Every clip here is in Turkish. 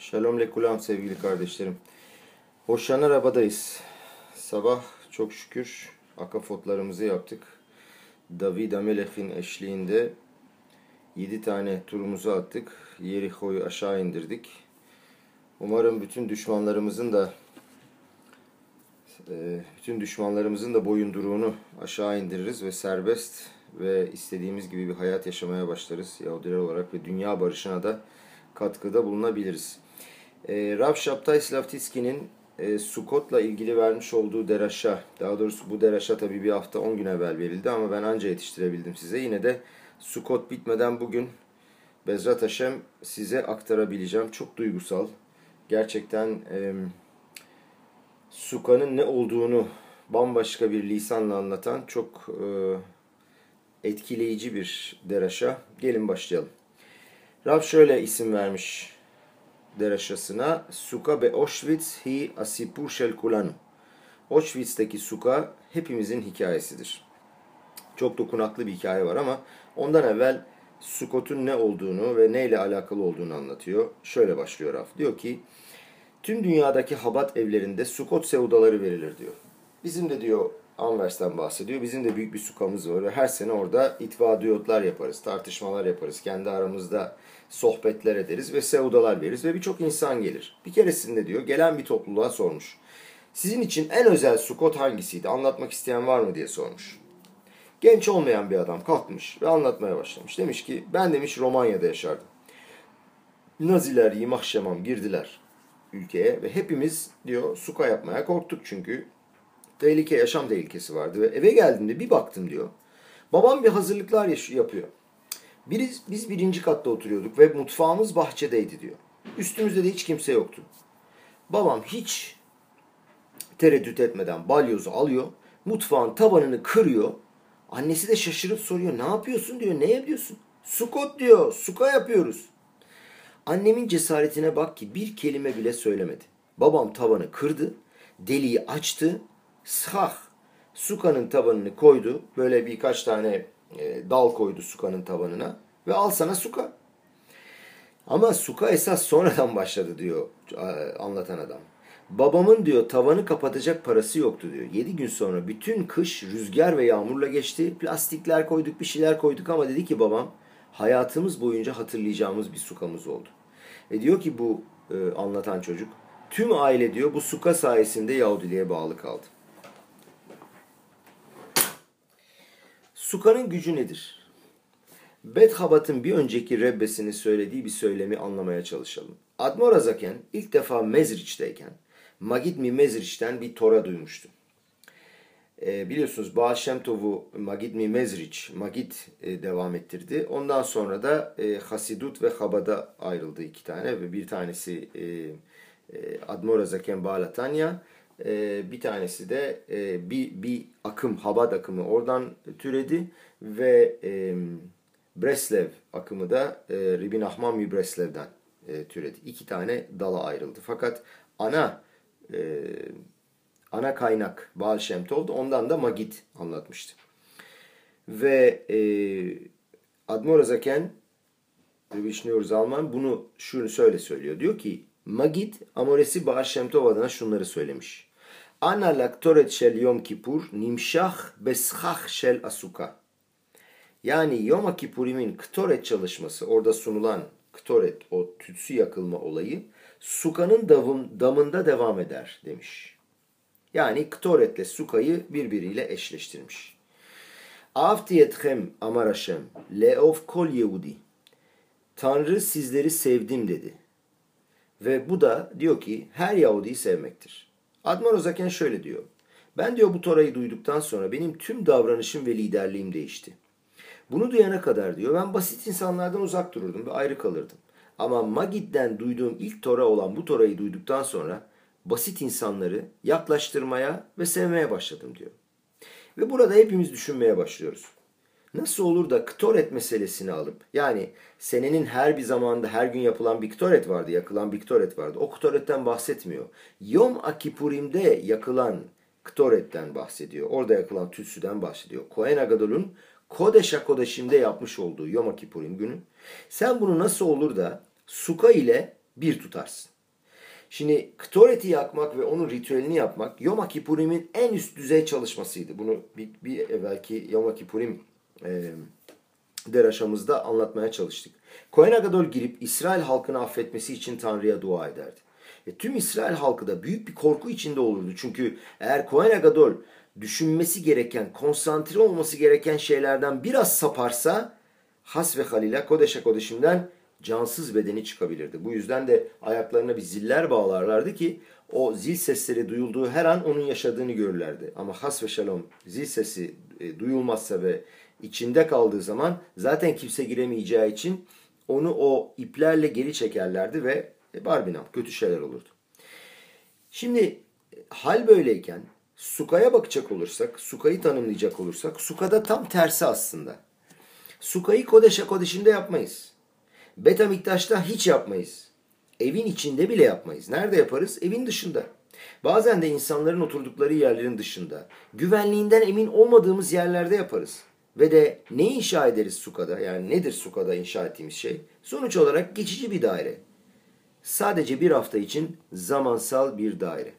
Shalom lekulam sevgili kardeşlerim. Hoşçakalın, arabadayız. Sabah çok şükür akafotlarımızı yaptık. David Amelech'in eşliğinde 7 tane turumuzu attık. Yericho'yu aşağı indirdik. Umarım bütün düşmanlarımızın da boyunduruğunu aşağı indiririz ve serbest ve istediğimiz gibi bir hayat yaşamaya başlarız. Yahudiler olarak ve dünya barışına da katkıda bulunabiliriz. Rav Shabtai Slavtitski'nin Sukkot'la ilgili vermiş olduğu deraşa, daha doğrusu bu deraşa tabii bir hafta 10 gün evvel verildi ama ben anca yetiştirebildim size. Yine de Sukkot bitmeden bugün Bezrat Hashem size aktarabileceğim. Çok duygusal. Gerçekten Sukka'nın ne olduğunu bambaşka bir lisanla anlatan çok etkileyici bir deraşa. Gelin başlayalım. Rav şöyle isim vermiş deraşasına: Suka be Auschwitz hi asipur shel kulanu. Auschwitz'teki Suka hepimizin hikayesidir. Çok dokunaklı bir hikaye var ama ondan evvel Sukkot'un ne olduğunu ve neyle alakalı olduğunu anlatıyor. Şöyle başlıyor Rav. Diyor ki, tüm dünyadaki Habat evlerinde Sukkot sevdaları verilir diyor. Bizim de diyor, Anvers'ten bahsediyor. Bizim de büyük bir Sukka'mız var ve her sene orada itvadiyotlar yaparız, tartışmalar yaparız. Kendi aramızda sohbetler ederiz ve sevdalar veririz ve birçok insan gelir. Bir keresinde diyor, gelen bir topluluğa sormuş. Sizin için en özel Sukkot hangisiydi? Anlatmak isteyen var mı diye sormuş. Genç olmayan bir adam kalkmış ve anlatmaya başlamış. Demiş ki, ben demiş Romanya'da yaşardım. Naziler Yimah Şemam girdiler ülkeye ve hepimiz diyor Suka yapmaya korktuk çünkü yaşam tehlikesi vardı ve eve geldiğimde bir baktım diyor. Babam bir hazırlıklar yapıyor. Biz birinci katta oturuyorduk ve mutfağımız bahçedeydi diyor. Üstümüzde de hiç kimse yoktu. Babam hiç tereddüt etmeden balyozu alıyor, mutfağın tabanını kırıyor. Annesi de şaşırıp soruyor, ne yapıyorsun diyor, ne yapıyorsun? Sukkot diyor, Suka yapıyoruz. Annemin cesaretine bak ki bir kelime bile söylemedi. Babam tavanı kırdı, deliği açtı, Suka'nın tabanını koydu. Böyle birkaç tane dal koydu Suka'nın tabanına ve al sana Suka. Ama Suka esas sonradan başladı diyor anlatan adam. Babamın diyor tavanı kapatacak parası yoktu diyor. 7 gün sonra bütün kış rüzgar ve yağmurla geçti. Plastikler koyduk, bir şeyler koyduk ama dedi ki babam, hayatımız boyunca hatırlayacağımız bir Suka'mız oldu. Ve diyor ki bu anlatan çocuk, tüm aile diyor bu Suka sayesinde Yahudiliğe bağlı kaldı. Suka'nın gücü nedir? Bet Habat'ın bir önceki rebbesinin söylediği bir söylemi anlamaya çalışalım. Admor Azaken ilk defa Mezriç'teyken Magid mi Mezriç'ten bir Tora duymuştu. Biliyorsunuz Baal Shem Tov'u Magid mi Mezriç, Magid devam ettirdi. Ondan sonra da Hasidut ve Chabad'a ayrıldı 2 tane ve bir tanesi Admor Azaken Baal Atanya, bir tanesi de bir akım, Habad akımı oradan türedi ve Breslev akımı da Rabbi Nachman mi Breslev'den türedi. 2 tane dala ayrıldı. Fakat ana kaynak Baal Shem Tov'du. Ondan da Magid anlatmıştı. Ve Admor Azaken Vishnu Zalman bunu şunu söylüyor. Diyor ki Magid Amoresi Baal Shem Tov adına şunları söylemiş. Ana laktoret shel Yom Kippur nimshach beschach shel asuka. Yani Yom Kippur'in ktoret çalışması, orada sunulan ktoret, o tütsü yakılma olayı Suka'nın damında devam eder demiş. Yani ktoretle Suka'yı birbiriyle eşleştirmiş. Avti etchem amar Hashem leov kol Yehudi. Tanrı sizleri sevdim dedi. Ve bu da diyor ki her Yahudi'yi sevmektir. Admor Azaken şöyle diyor. Ben diyor bu Tora'yı duyduktan sonra benim tüm davranışım ve liderliğim değişti. Bunu duyana kadar diyor ben basit insanlardan uzak dururdum ve ayrı kalırdım. Ama Magid'den duyduğum ilk Tora olan bu Tora'yı duyduktan sonra basit insanları yaklaştırmaya ve sevmeye başladım diyor. Ve burada hepimiz düşünmeye başlıyoruz. Nasıl olur da Ktoret meselesini alıp, yani senenin her bir zamanında her gün yapılan bir Ktoret vardı, yakılan bir Ktoret vardı. O Ktoret'ten bahsetmiyor. Yom Akipurim'de yakılan Ktoret'ten bahsediyor. Orada yakılan tütsüden bahsediyor. Kohen Agadol'un Kodeş HaKodeşim'de yapmış olduğu Yom Kippurim günü. Sen bunu nasıl olur da Suka ile bir tutarsın? Şimdi Ktoret'i yakmak ve onun ritüelini yapmak Yom Kippurim'in en üst düzey çalışmasıydı. Bunu bir evvelki Yom Kippurim deraşamızda anlatmaya çalıştık. Kohen Agadol girip İsrail halkını affetmesi için Tanrı'ya dua ederdi. Tüm İsrail halkı da büyük bir korku içinde olurdu. Çünkü eğer Kohen Agadol düşünmesi gereken, konsantre olması gereken şeylerden biraz saparsa has ve halila Kodeşe Kodeşim'den cansız bedeni çıkabilirdi. Bu yüzden de ayaklarına bir ziller bağlarlardı ki o zil sesleri duyulduğu her an onun yaşadığını görürlerdi. Ama has ve şalom zil sesi duyulmazsa ve içinde kaldığı zaman zaten kimse giremeyeceği için onu o iplerle geri çekerlerdi ve barbinam kötü şeyler olurdu. Şimdi hal böyleyken Suka'ya bakacak olursak, Suka'yı tanımlayacak olursak Suka'da tam tersi aslında. Suka'yı Kodeşe Kodeşim'de yapmayız. Bet Amiktaş'ta hiç yapmayız. Evin içinde bile yapmayız. Nerede yaparız? Evin dışında. Bazen de insanların oturdukları yerlerin dışında, güvenliğinden emin olmadığımız yerlerde yaparız. Ve de ne inşa ederiz Suka'da? Yani nedir Suka'da inşa ettiğimiz şey? Sonuç olarak geçici bir daire. Sadece bir hafta için zamansal bir daire.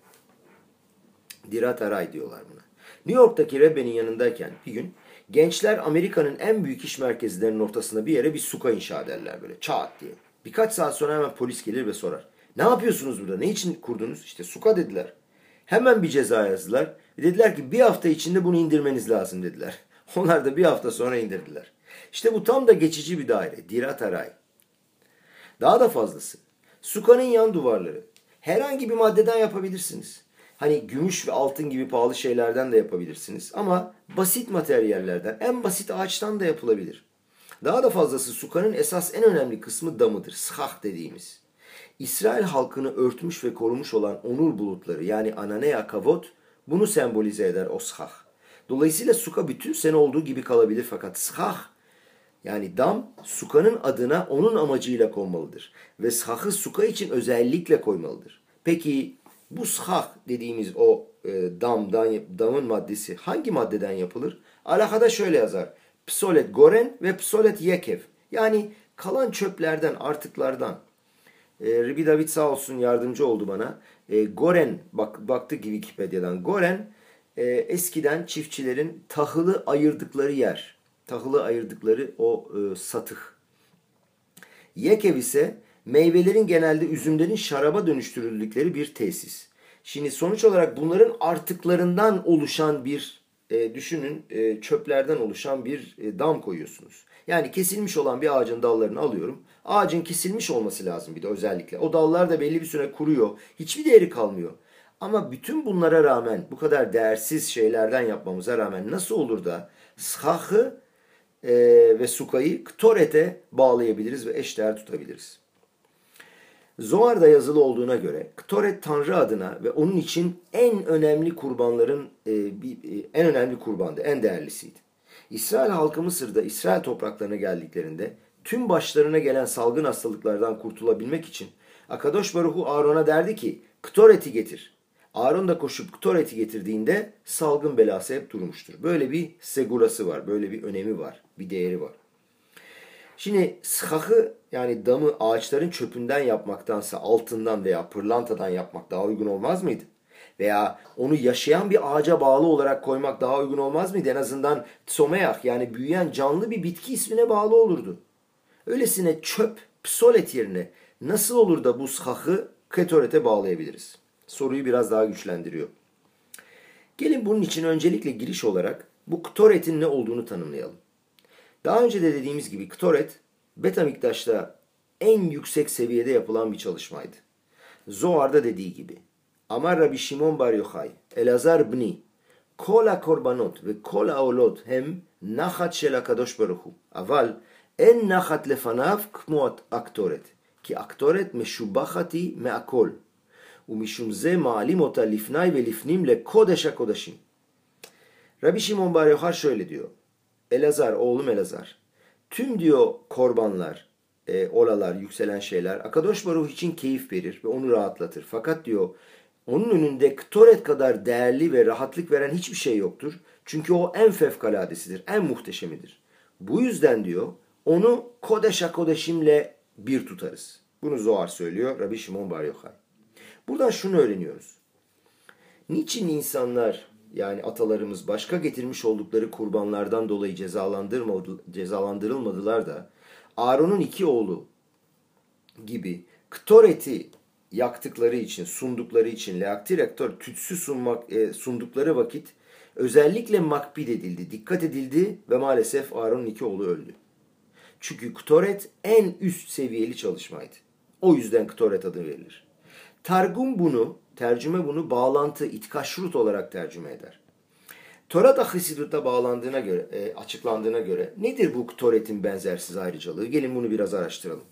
Dirat Aray diyorlar buna. New York'taki Rebbe'nin yanındayken bir gün gençler Amerika'nın en büyük iş merkezlerinin ortasında bir yere bir suka inşa ederler böyle çat diye. Birkaç saat sonra hemen polis gelir ve sorar. Ne yapıyorsunuz burada? Ne için kurdunuz? İşte suka dediler. Hemen bir ceza yazdılar. Dediler ki bir hafta içinde bunu indirmeniz lazım dediler. Onlar da bir hafta sonra indirdiler. İşte bu tam da geçici bir daire. Dirat Aray. Daha da fazlası. Sukanın yan duvarları. Herhangi bir maddeden yapabilirsiniz. Hani gümüş ve altın gibi pahalı şeylerden de yapabilirsiniz. Ama basit materyallerden, en basit ağaçtan da yapılabilir. Daha da fazlası Sukanın esas en önemli kısmı damıdır. Schach dediğimiz. İsrail halkını örtmüş ve korumuş olan onur bulutları yani ananea kavot bunu sembolize eder o schach. Dolayısıyla Suka bütün sene olduğu gibi kalabilir fakat schach yani dam Suka'nın adına onun amacıyla konmalıdır. Ve schach'ı Suka için özellikle koymalıdır. Peki bu schach dediğimiz o damın maddesi hangi maddeden yapılır? Alakada şöyle yazar. Psolet goren ve psolet yekev. Yani kalan çöplerden, artıklardan. Ribi David sağ olsun yardımcı oldu bana. Goren, baktık Wikipedia'dan. Goren eskiden çiftçilerin tahılı ayırdıkları yer. Tahılı ayırdıkları o satık. Yekev ise meyvelerin genelde üzümlerin şaraba dönüştürüldükleri bir tesis. Şimdi sonuç olarak bunların artıklarından oluşan bir düşünün çöplerden oluşan bir dam koyuyorsunuz. Yani kesilmiş olan bir ağacın dallarını alıyorum. Ağacın kesilmiş olması lazım bir de özellikle. O dallar da belli bir süre kuruyor. Hiçbir değeri kalmıyor. Ama bütün bunlara rağmen bu kadar değersiz şeylerden yapmamıza rağmen nasıl olur da schach'ı ve sukayı ktoret'e bağlayabiliriz ve eşdeğer tutabiliriz. Zohar'da yazılı olduğuna göre Ktoret Tanrı adına ve onun için en önemli kurbanların en önemli kurbandı, en değerlisiydi. İsrail halkı Mısır'da İsrail topraklarına geldiklerinde tüm başlarına gelen salgın hastalıklardan kurtulabilmek için Akadosh Baruhu Aaron'a derdi ki Ktoret'i getir. Aaron da koşup Ktoret'i getirdiğinde salgın belası hep durmuştur. Böyle bir segurası var, böyle bir önemi var, bir değeri var. Şimdi schach'ı yani damı ağaçların çöpünden yapmaktansa altından veya pırlantadan yapmak daha uygun olmaz mıydı? Veya onu yaşayan bir ağaca bağlı olarak koymak daha uygun olmaz mıydı? En azından tsomeach yani büyüyen canlı bir bitki ismine bağlı olurdu. Öylesine çöp, psolet yerine nasıl olur da bu schach'ı ketoret'e bağlayabiliriz? Soruyu biraz daha güçlendiriyor. Gelin bunun için öncelikle giriş olarak bu ktoret'in ne olduğunu tanımlayalım. Daha önce de dediğimiz gibi Ktoret, Bet Amiktaş'ta en yüksek seviyede yapılan bir çalışmaydı. Zohar'da dediği gibi. Amar Rabbi Shimon Bar Yochai, Elazar bni, kol ha-korbanot ve kol ha-olot hem nachat shel HaKadosh Baruch Hu. Aval, en nachat lefanav kmo aktoret. Ki aktoret meshubachati me'akol. ומשום זה מעלים אותה לפני ולפנים לקודש הקודשים. Rabbi Shimon Bar Yochai şöyle diyor. Elazar, oğlum Elazar. Tüm diyor korbanlar, olalar, yükselen şeyler Akadosh Baruch için keyif verir ve onu rahatlatır. Fakat diyor onun önünde Ktoret kadar değerli ve rahatlık veren hiçbir şey yoktur. Çünkü o en fevkaladesidir, en muhteşemidir. Bu yüzden diyor onu Kodeş HaKodeşimle bir tutarız. Bunu Zohar söylüyor Rabbi Shimon Bar Yochai. Buradan şunu öğreniyoruz. Niçin insanlar, yani atalarımız başka getirmiş oldukları kurbanlardan dolayı cezalandırılmadılar da Aaron'un iki oğlu gibi ktoreti yaktıkları için, sundukları için, leaktirektor tütsü sundukları vakit özellikle makbid edildi, dikkat edildi ve maalesef Aaron'un iki oğlu öldü. Çünkü ktoret en üst seviyeli çalışmaydı. O yüzden ktoret adı verilir. Tercüme bunu bağlantı, itkaşrut olarak tercüme eder. Tora'da Hısidut'a bağlandığına göre, açıklandığına göre nedir bu ktoretin benzersiz ayrıcalığı? Gelin bunu biraz araştıralım.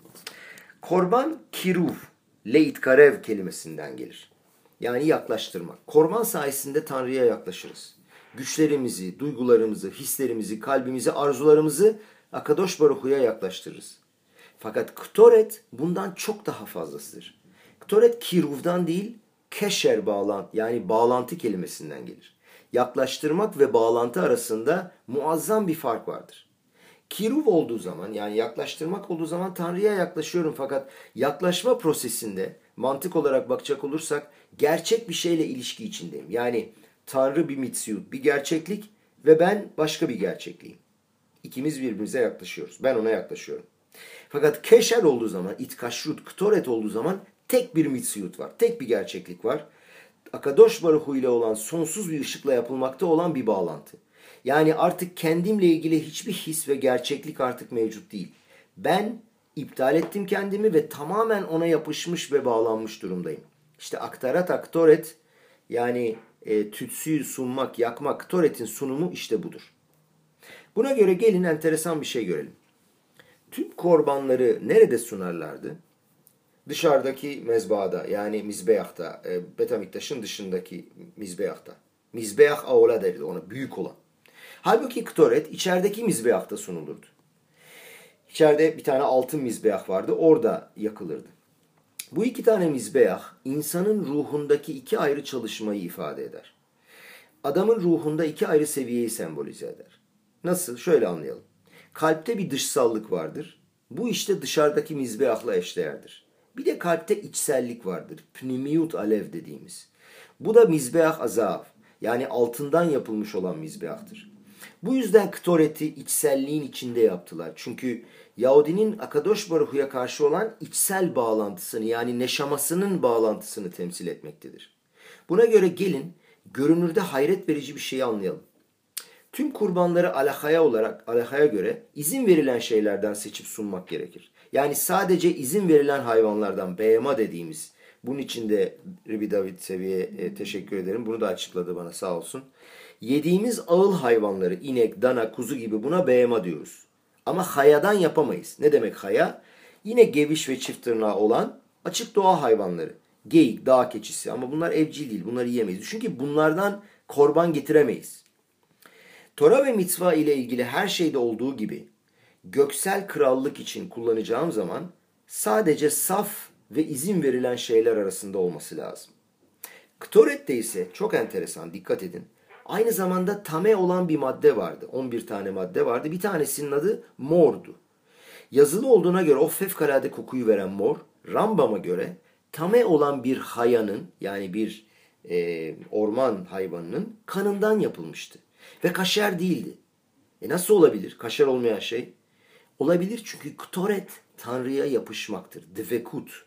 Korban kiruv, leitkarev kelimesinden gelir. Yani yaklaştırmak. Korban sayesinde Tanrı'ya yaklaşırız. Güçlerimizi, duygularımızı, hislerimizi, kalbimizi, arzularımızı Akadosh Baruhu'ya yaklaştırırız. Fakat ktoret bundan çok daha fazlasıdır. Ktoret kiruvdan değil, keşer yani bağlantı kelimesinden gelir. Yaklaştırmak ve bağlantı arasında muazzam bir fark vardır. Kiruv olduğu zaman, yani yaklaştırmak olduğu zaman Tanrı'ya yaklaşıyorum, fakat yaklaşma prosesinde mantık olarak bakacak olursak gerçek bir şeyle ilişki içindeyim. Yani Tanrı bir mitziyut, bir gerçeklik ve ben başka bir gerçekliğim. İkimiz birbirimize yaklaşıyoruz. Ben ona yaklaşıyorum. Fakat keşer olduğu zaman, itkaşrut, ktoret olduğu zaman tek bir mitziyut var. Tek bir gerçeklik var. Akadosh Baruhu ile olan sonsuz bir ışıkla yapılmakta olan bir bağlantı. Yani artık kendimle ilgili hiçbir his ve gerçeklik artık mevcut değil. Ben iptal ettim kendimi ve tamamen ona yapışmış ve bağlanmış durumdayım. İşte aktarat aktoret, yani tütsüyü sunmak, yakmak, ktoretin sunumu işte budur. Buna göre gelin enteresan bir şey görelim. Tüm korbanları nerede sunarlardı? Dışarıdaki mezbahada, yani mizbeyahta, Betamiktaş'ın dışındaki mizbeyahta. Mizbeyah aola derdi ona, büyük olan. Halbuki ktoret içerideki mizbeyahta sunulurdu. İçeride bir tane altın mizbeyah vardı, orada yakılırdı. Bu iki tane mizbeyah insanın ruhundaki iki ayrı çalışmayı ifade eder. Adamın ruhunda iki ayrı seviyeyi sembolize eder. Nasıl? Şöyle anlayalım. Kalpte bir dışsallık vardır. Bu işte dışarıdaki mizbeyahla eşdeğerdir. Bir de kalpte içsellik vardır. Pnimiyut alev dediğimiz. Bu da mizbeah azav, yani altından yapılmış olan mizbeahtır. Bu yüzden ktoreti içselliğin içinde yaptılar. Çünkü Yahudinin Akadosh Baruhu'ya karşı olan içsel bağlantısını, yani neşamasının bağlantısını temsil etmektedir. Buna göre gelin görünürde hayret verici bir şeyi anlayalım. Tüm kurbanları alahaya göre izin verilen şeylerden seçip sunmak gerekir. Yani sadece izin verilen hayvanlardan, behema dediğimiz, bunun için de Ribi David Sevi'ye teşekkür ederim. Bunu da açıkladı bana, sağ olsun. Yediğimiz ağıl hayvanları, inek, dana, kuzu gibi, buna behema diyoruz. Ama hayadan yapamayız. Ne demek haya? Yine geviş ve çift tırnağı olan açık doğa hayvanları. Geyik, dağ keçisi, ama bunlar evcil değil. Bunları yiyemeyiz. Çünkü bunlardan korban getiremeyiz. Tora ve mitzva ile ilgili her şeyde olduğu gibi göksel krallık için kullanacağım zaman sadece saf ve izin verilen şeyler arasında olması lazım. Ktoret'te ise çok enteresan, dikkat edin. Aynı zamanda tame olan bir madde vardı. 11 tane madde vardı. Bir tanesinin adı mordu. Yazılı olduğuna göre o fevkalade kokuyu veren mor, Rambam'a göre tame olan bir hayanın, yani bir orman hayvanının kanından yapılmıştı. Ve kaşer değildi. Nasıl olabilir kaşer olmayan şey? Olabilir çünkü ktoret Tanrı'ya yapışmaktır. Dvekut.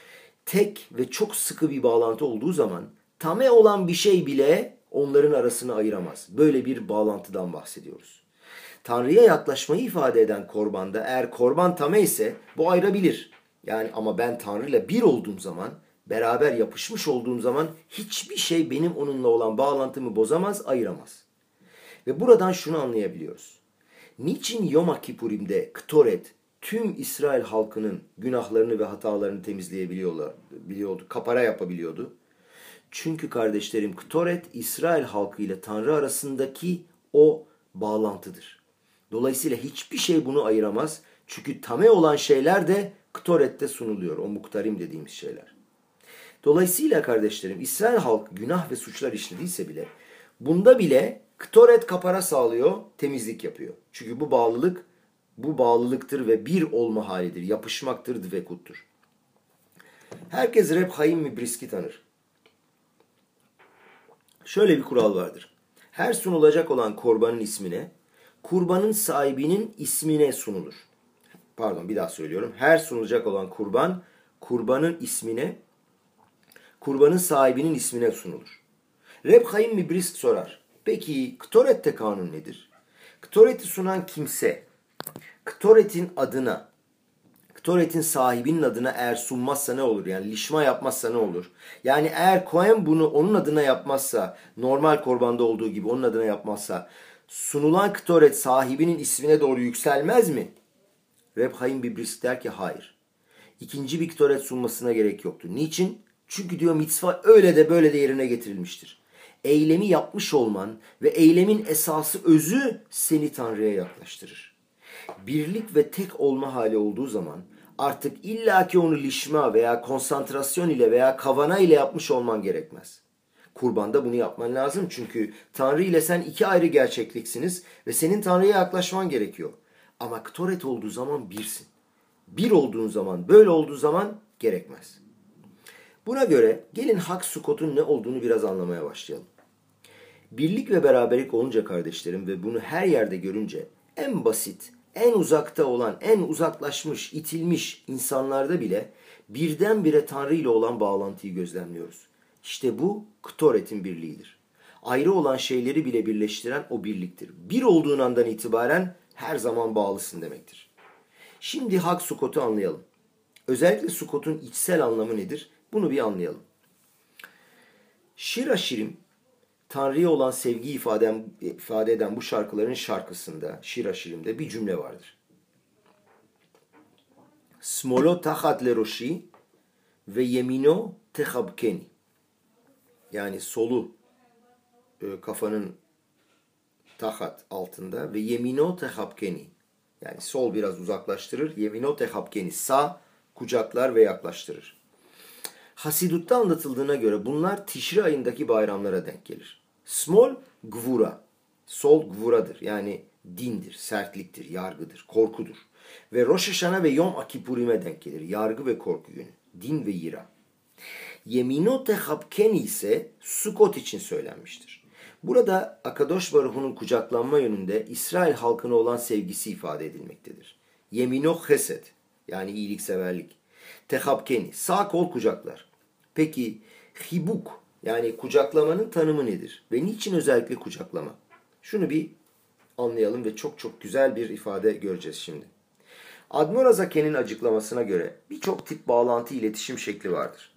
Tek ve çok sıkı bir bağlantı olduğu zaman tame olan bir şey bile onların arasını ayıramaz. Böyle bir bağlantıdan bahsediyoruz. Tanrı'ya yaklaşmayı ifade eden korbanda, eğer korban tame ise bu ayırabilir. Yani ama ben Tanrı'yla bir olduğum zaman, beraber yapışmış olduğum zaman hiçbir şey benim onunla olan bağlantımı bozamaz, ayıramaz. Ve buradan şunu anlayabiliyoruz. Niçin Yom Kippurim'de ktoret tüm İsrail halkının günahlarını ve hatalarını temizleyebiliyordu, kapara yapabiliyordu? Çünkü kardeşlerim, ktoret İsrail halkı ile Tanrı arasındaki o bağlantıdır. Dolayısıyla hiçbir şey bunu ayıramaz. Çünkü tame olan şeyler de ktorette sunuluyor. O muktarim dediğimiz şeyler. Dolayısıyla kardeşlerim, İsrail halkı günah ve suçlar işlediyse bile, bunda bile ktoret kapara sağlıyor, temizlik yapıyor. Çünkü bu bağlılıktır ve bir olma halidir, yapışmaktır, dvekuttur. Herkes Reb Chaim Mibrisk'i tanır. Şöyle bir kural vardır. Her sunulacak olan korbanın ismine, kurbanın sahibinin ismine sunulur. Pardon, bir daha söylüyorum. Her sunulacak olan kurban, kurbanın ismine, kurbanın sahibinin ismine sunulur. Reb Chaim Mibrisk sorar. Peki Ktoret'te kanun nedir? Ktoret'i sunan kimse, Ktoret'in adına, Ktoret'in sahibinin adına eğer sunmazsa ne olur? Yani lişma yapmazsa ne olur? Yani eğer Kohen bunu onun adına yapmazsa, normal korbanda olduğu gibi onun adına yapmazsa, sunulan Ktoret sahibinin ismine doğru yükselmez mi? Reb Chaim Mibrisk der ki hayır. İkinci bir Ktoret sunmasına gerek yoktur. Niçin? Çünkü diyor mitzva öyle de böyle de yerine getirilmiştir. Eylemi yapmış olman ve eylemin esası özü seni Tanrı'ya yaklaştırır. Birlik ve tek olma hali olduğu zaman artık illaki onu lişma veya konsantrasyon ile veya kavana ile yapmış olman gerekmez. Kurbanda bunu yapman lazım çünkü Tanrı ile sen iki ayrı gerçekliksiniz ve senin Tanrı'ya yaklaşman gerekiyor. Ama Ktoret olduğu zaman birsin. Bir olduğun zaman, böyle olduğu zaman gerekmez. Buna göre gelin Hak Sukot'un ne olduğunu biraz anlamaya başlayalım. Birlik ve beraberlik olunca kardeşlerim ve bunu her yerde görünce en basit, en uzakta olan, en uzaklaşmış, itilmiş insanlarda bile birdenbire Tanrı ile olan bağlantıyı gözlemliyoruz. İşte bu Ktoret'in birliğidir. Ayrı olan şeyleri bile birleştiren o birliktir. Bir olduğun andan itibaren her zaman bağlısın demektir. Şimdi Hak Sukot'u anlayalım. Özellikle Sukot'un içsel anlamı nedir? Bunu bir anlayalım. Şir Haşirim, Tanrı'ya olan sevgi ifade eden bu şarkıların şarkısında, Şir Haşirim'de bir cümle vardır. Smolo tachat leroshi ve yemino techabkeni. Yani solu kafanın tahat altında ve yemino techabkeni. Yani sol biraz uzaklaştırır, yemino techabkeni sağ kucaklar ve yaklaştırır. Hasidut'ta anlatıldığına göre bunlar Tişri ayındaki bayramlara denk gelir. Smol gvura, sol gvuradır yani dindir, sertliktir, yargıdır, korkudur. Ve Rosh Hashanah ve Yom Akipurim'e denk gelir, yargı ve korku günü, din ve yira. Yemino techabkeni ise Sukot için söylenmiştir. Burada Akadosh Baruhu'nun kucaklanma yönünde İsrail halkına olan sevgisi ifade edilmektedir. Yemino chesed yani iyilikseverlik. Techabkeni sağ kol kucaklar. Peki hibuk yani kucaklamanın tanımı nedir? Ve niçin özellikle kucaklama? Şunu bir anlayalım ve çok çok güzel bir ifade göreceğiz şimdi. Admor Azaken'in açıklamasına göre birçok tip bağlantı iletişim şekli vardır.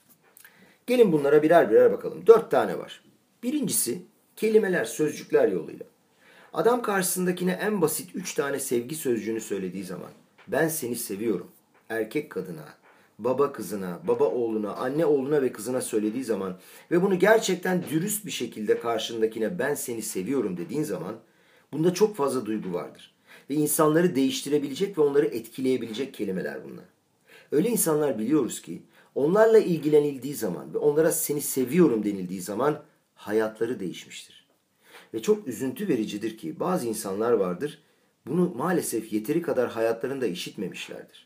Gelin bunlara birer birer bakalım. 4 tane var. Birincisi kelimeler, sözcükler yoluyla. Adam karşısındakine en basit 3 tane sevgi sözcüğünü söylediği zaman ben seni seviyorum. Erkek kadına, baba kızına, baba oğluna, anne oğluna ve kızına söylediği zaman ve bunu gerçekten dürüst bir şekilde karşındakine ben seni seviyorum dediğin zaman bunda çok fazla duygu vardır. Ve insanları değiştirebilecek ve onları etkileyebilecek kelimeler bunlar. Öyle insanlar biliyoruz ki onlarla ilgilenildiği zaman ve onlara seni seviyorum denildiği zaman hayatları değişmiştir. Ve çok üzüntü vericidir ki bazı insanlar vardır bunu maalesef yeteri kadar hayatlarında işitmemişlerdir.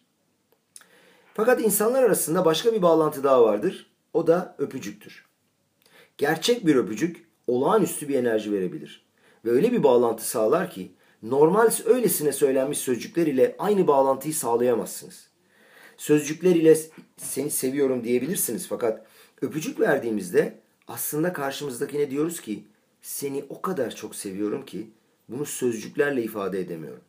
Fakat insanlar arasında başka bir bağlantı daha vardır. O da öpücüktür. Gerçek bir öpücük olağanüstü bir enerji verebilir. Ve öyle bir bağlantı sağlar ki normal öylesine söylenmiş sözcükler ile aynı bağlantıyı sağlayamazsınız. Sözcükler ile seni seviyorum diyebilirsiniz fakat öpücük verdiğimizde aslında karşımızdakine diyoruz ki seni o kadar çok seviyorum ki bunu sözcüklerle ifade edemiyorum.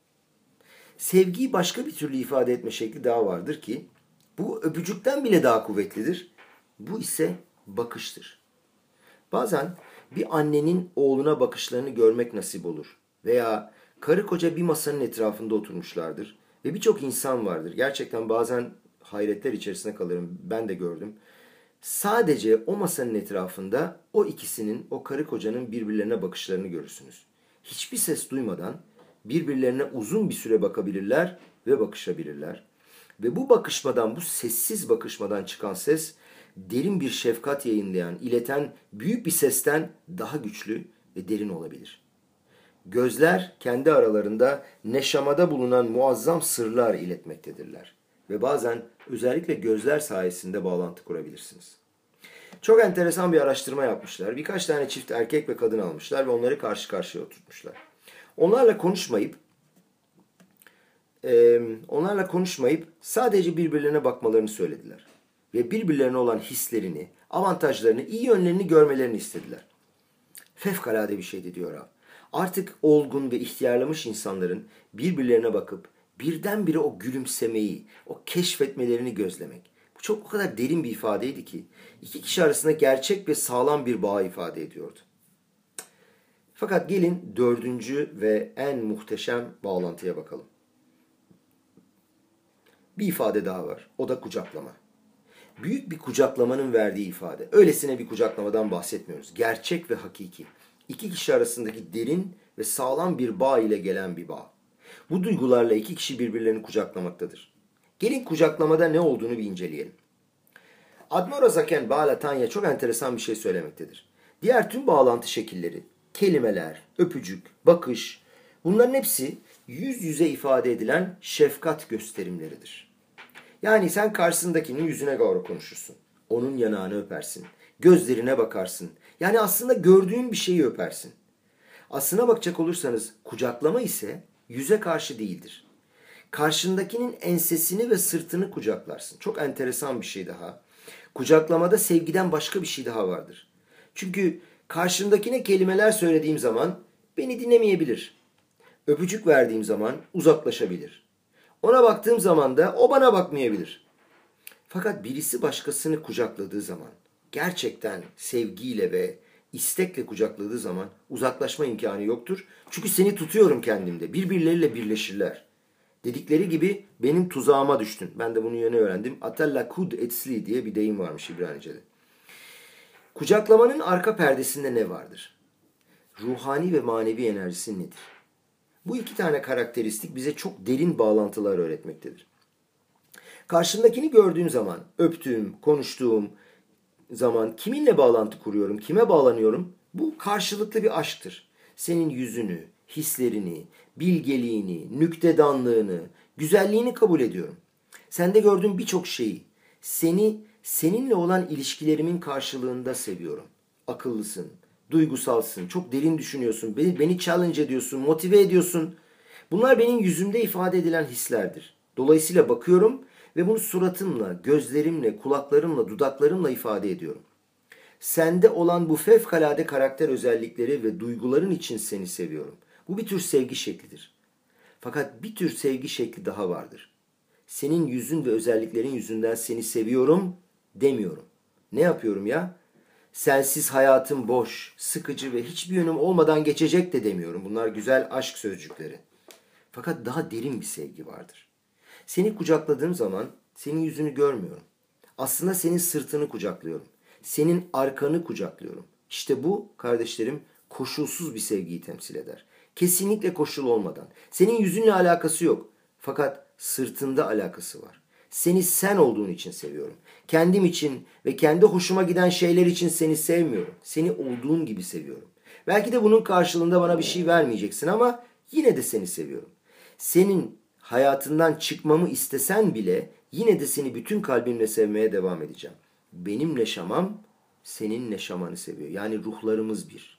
Sevgiyi başka bir türlü ifade etme şekli daha vardır ki bu öpücükten bile daha kuvvetlidir. Bu ise bakıştır. Bazen bir annenin oğluna bakışlarını görmek nasip olur. Veya karı koca bir masanın etrafında oturmuşlardır. Ve birçok insan vardır. Gerçekten bazen hayretler içerisine kalırım. Ben de gördüm. Sadece o masanın etrafında o ikisinin, o karı kocanın birbirlerine bakışlarını görürsünüz. Hiçbir ses duymadan birbirlerine uzun bir süre bakabilirler ve bakışabilirler. Ve bu bakışmadan, bu sessiz bakışmadan çıkan ses derin bir şefkat yayınlayan, ileten büyük bir sesten daha güçlü ve derin olabilir. Gözler kendi aralarında neşamada bulunan muazzam sırlar iletmektedirler. ve bazen özellikle gözler sayesinde bağlantı kurabilirsiniz. Çok enteresan bir araştırma yapmışlar. Birkaç tane çift erkek ve kadın almışlar ve onları karşı karşıya oturtmuşlar. Onlarla konuşmayıp sadece birbirlerine bakmalarını söylediler. Ve birbirlerine olan hislerini, avantajlarını, iyi yönlerini görmelerini istediler. Fevkalade bir şeydi diyor abi. Artık olgun ve ihtiyarlamış insanların birbirlerine bakıp birdenbire o gülümsemeyi, o keşfetmelerini gözlemek. Bu çok o kadar derin bir ifadeydi ki iki kişi arasında gerçek ve sağlam bir bağ ifade ediyordu. Fakat gelin dördüncü ve en muhteşem bağlantıya bakalım. Bir ifade daha var. O da kucaklama. Büyük bir kucaklamanın verdiği ifade. Öylesine bir kucaklamadan bahsetmiyoruz. Gerçek ve hakiki. İki kişi arasındaki derin ve sağlam bir bağ ile gelen bir bağ. Bu duygularla iki kişi birbirlerini kucaklamaktadır. Gelin kucaklamada ne olduğunu bir inceleyelim. Admor Azaken Bağlatanya çok enteresan bir şey söylemektedir. Diğer tüm bağlantı şekilleri, kelimeler, öpücük, bakış, bunların hepsi yüz yüze ifade edilen şefkat gösterimleridir. Yani sen karşısındakinin yüzüne doğru konuşursun. Onun yanağını öpersin. Gözlerine bakarsın. Yani aslında gördüğün bir şeyi öpersin. Aslına bakacak olursanız kucaklama ise yüze karşı değildir. Karşındakinin ensesini ve sırtını kucaklarsın. Çok enteresan bir şey daha. Kucaklamada sevgiden başka bir şey daha vardır. Çünkü karşımdakine kelimeler söylediğim zaman beni dinlemeyebilir. Öpücük verdiğim zaman uzaklaşabilir. Ona baktığım zaman da o bana bakmayabilir. Fakat birisi başkasını kucakladığı zaman, gerçekten sevgiyle ve istekle kucakladığı zaman uzaklaşma imkanı yoktur. Çünkü seni tutuyorum kendimde. Birbirleriyle birleşirler. Dedikleri gibi benim tuzağıma düştün. Ben de bunu yeni öğrendim. Atalla kud etsli diye bir deyim varmış İbranice'de. Kucaklamanın arka perdesinde ne vardır? Ruhani ve manevi enerjisi nedir? Bu iki tane karakteristik bize çok derin bağlantılar öğretmektedir. Karşımdakini gördüğüm zaman, öptüğüm, konuştuğum zaman kiminle bağlantı kuruyorum, kime bağlanıyorum? Bu karşılıklı bir aşktır. Senin yüzünü, hislerini, bilgeliğini, nüktedanlığını, güzelliğini kabul ediyorum. Sende gördüğüm birçok şeyi, seninle olan ilişkilerimin karşılığında seviyorum. Akıllısın, duygusalsın, çok derin düşünüyorsun, beni challenge ediyorsun, motive ediyorsun. Bunlar benim yüzümde ifade edilen hislerdir. Dolayısıyla bakıyorum ve bunu suratımla, gözlerimle, kulaklarımla, dudaklarımla ifade ediyorum. Sende olan bu fevkalade karakter özellikleri ve duyguların için seni seviyorum. Bu bir tür sevgi şeklidir. Fakat bir tür sevgi şekli daha vardır. Senin yüzün ve özelliklerin yüzünden seni seviyorum demiyorum. Ne yapıyorum ya? Sensiz hayatım boş, sıkıcı ve hiçbir yönüm olmadan geçecek de demiyorum. Bunlar güzel aşk sözcükleri. Fakat daha derin bir sevgi vardır. Seni kucakladığım zaman senin yüzünü görmüyorum. Aslında senin sırtını kucaklıyorum. Senin arkanı kucaklıyorum. İşte bu kardeşlerim koşulsuz bir sevgiyi temsil eder. Kesinlikle koşul olmadan. Senin yüzünle alakası yok. Fakat sırtında alakası var. Seni sen olduğun için seviyorum. Kendim için ve kendi hoşuma giden şeyler için seni sevmiyorum. Seni olduğun gibi seviyorum. Belki de bunun karşılığında bana bir şey vermeyeceksin ama yine de seni seviyorum. Senin hayatından çıkmamı istesen bile yine de seni bütün kalbimle sevmeye devam edeceğim. Benim neşamam senin neşamanı seviyor. Yani ruhlarımız bir.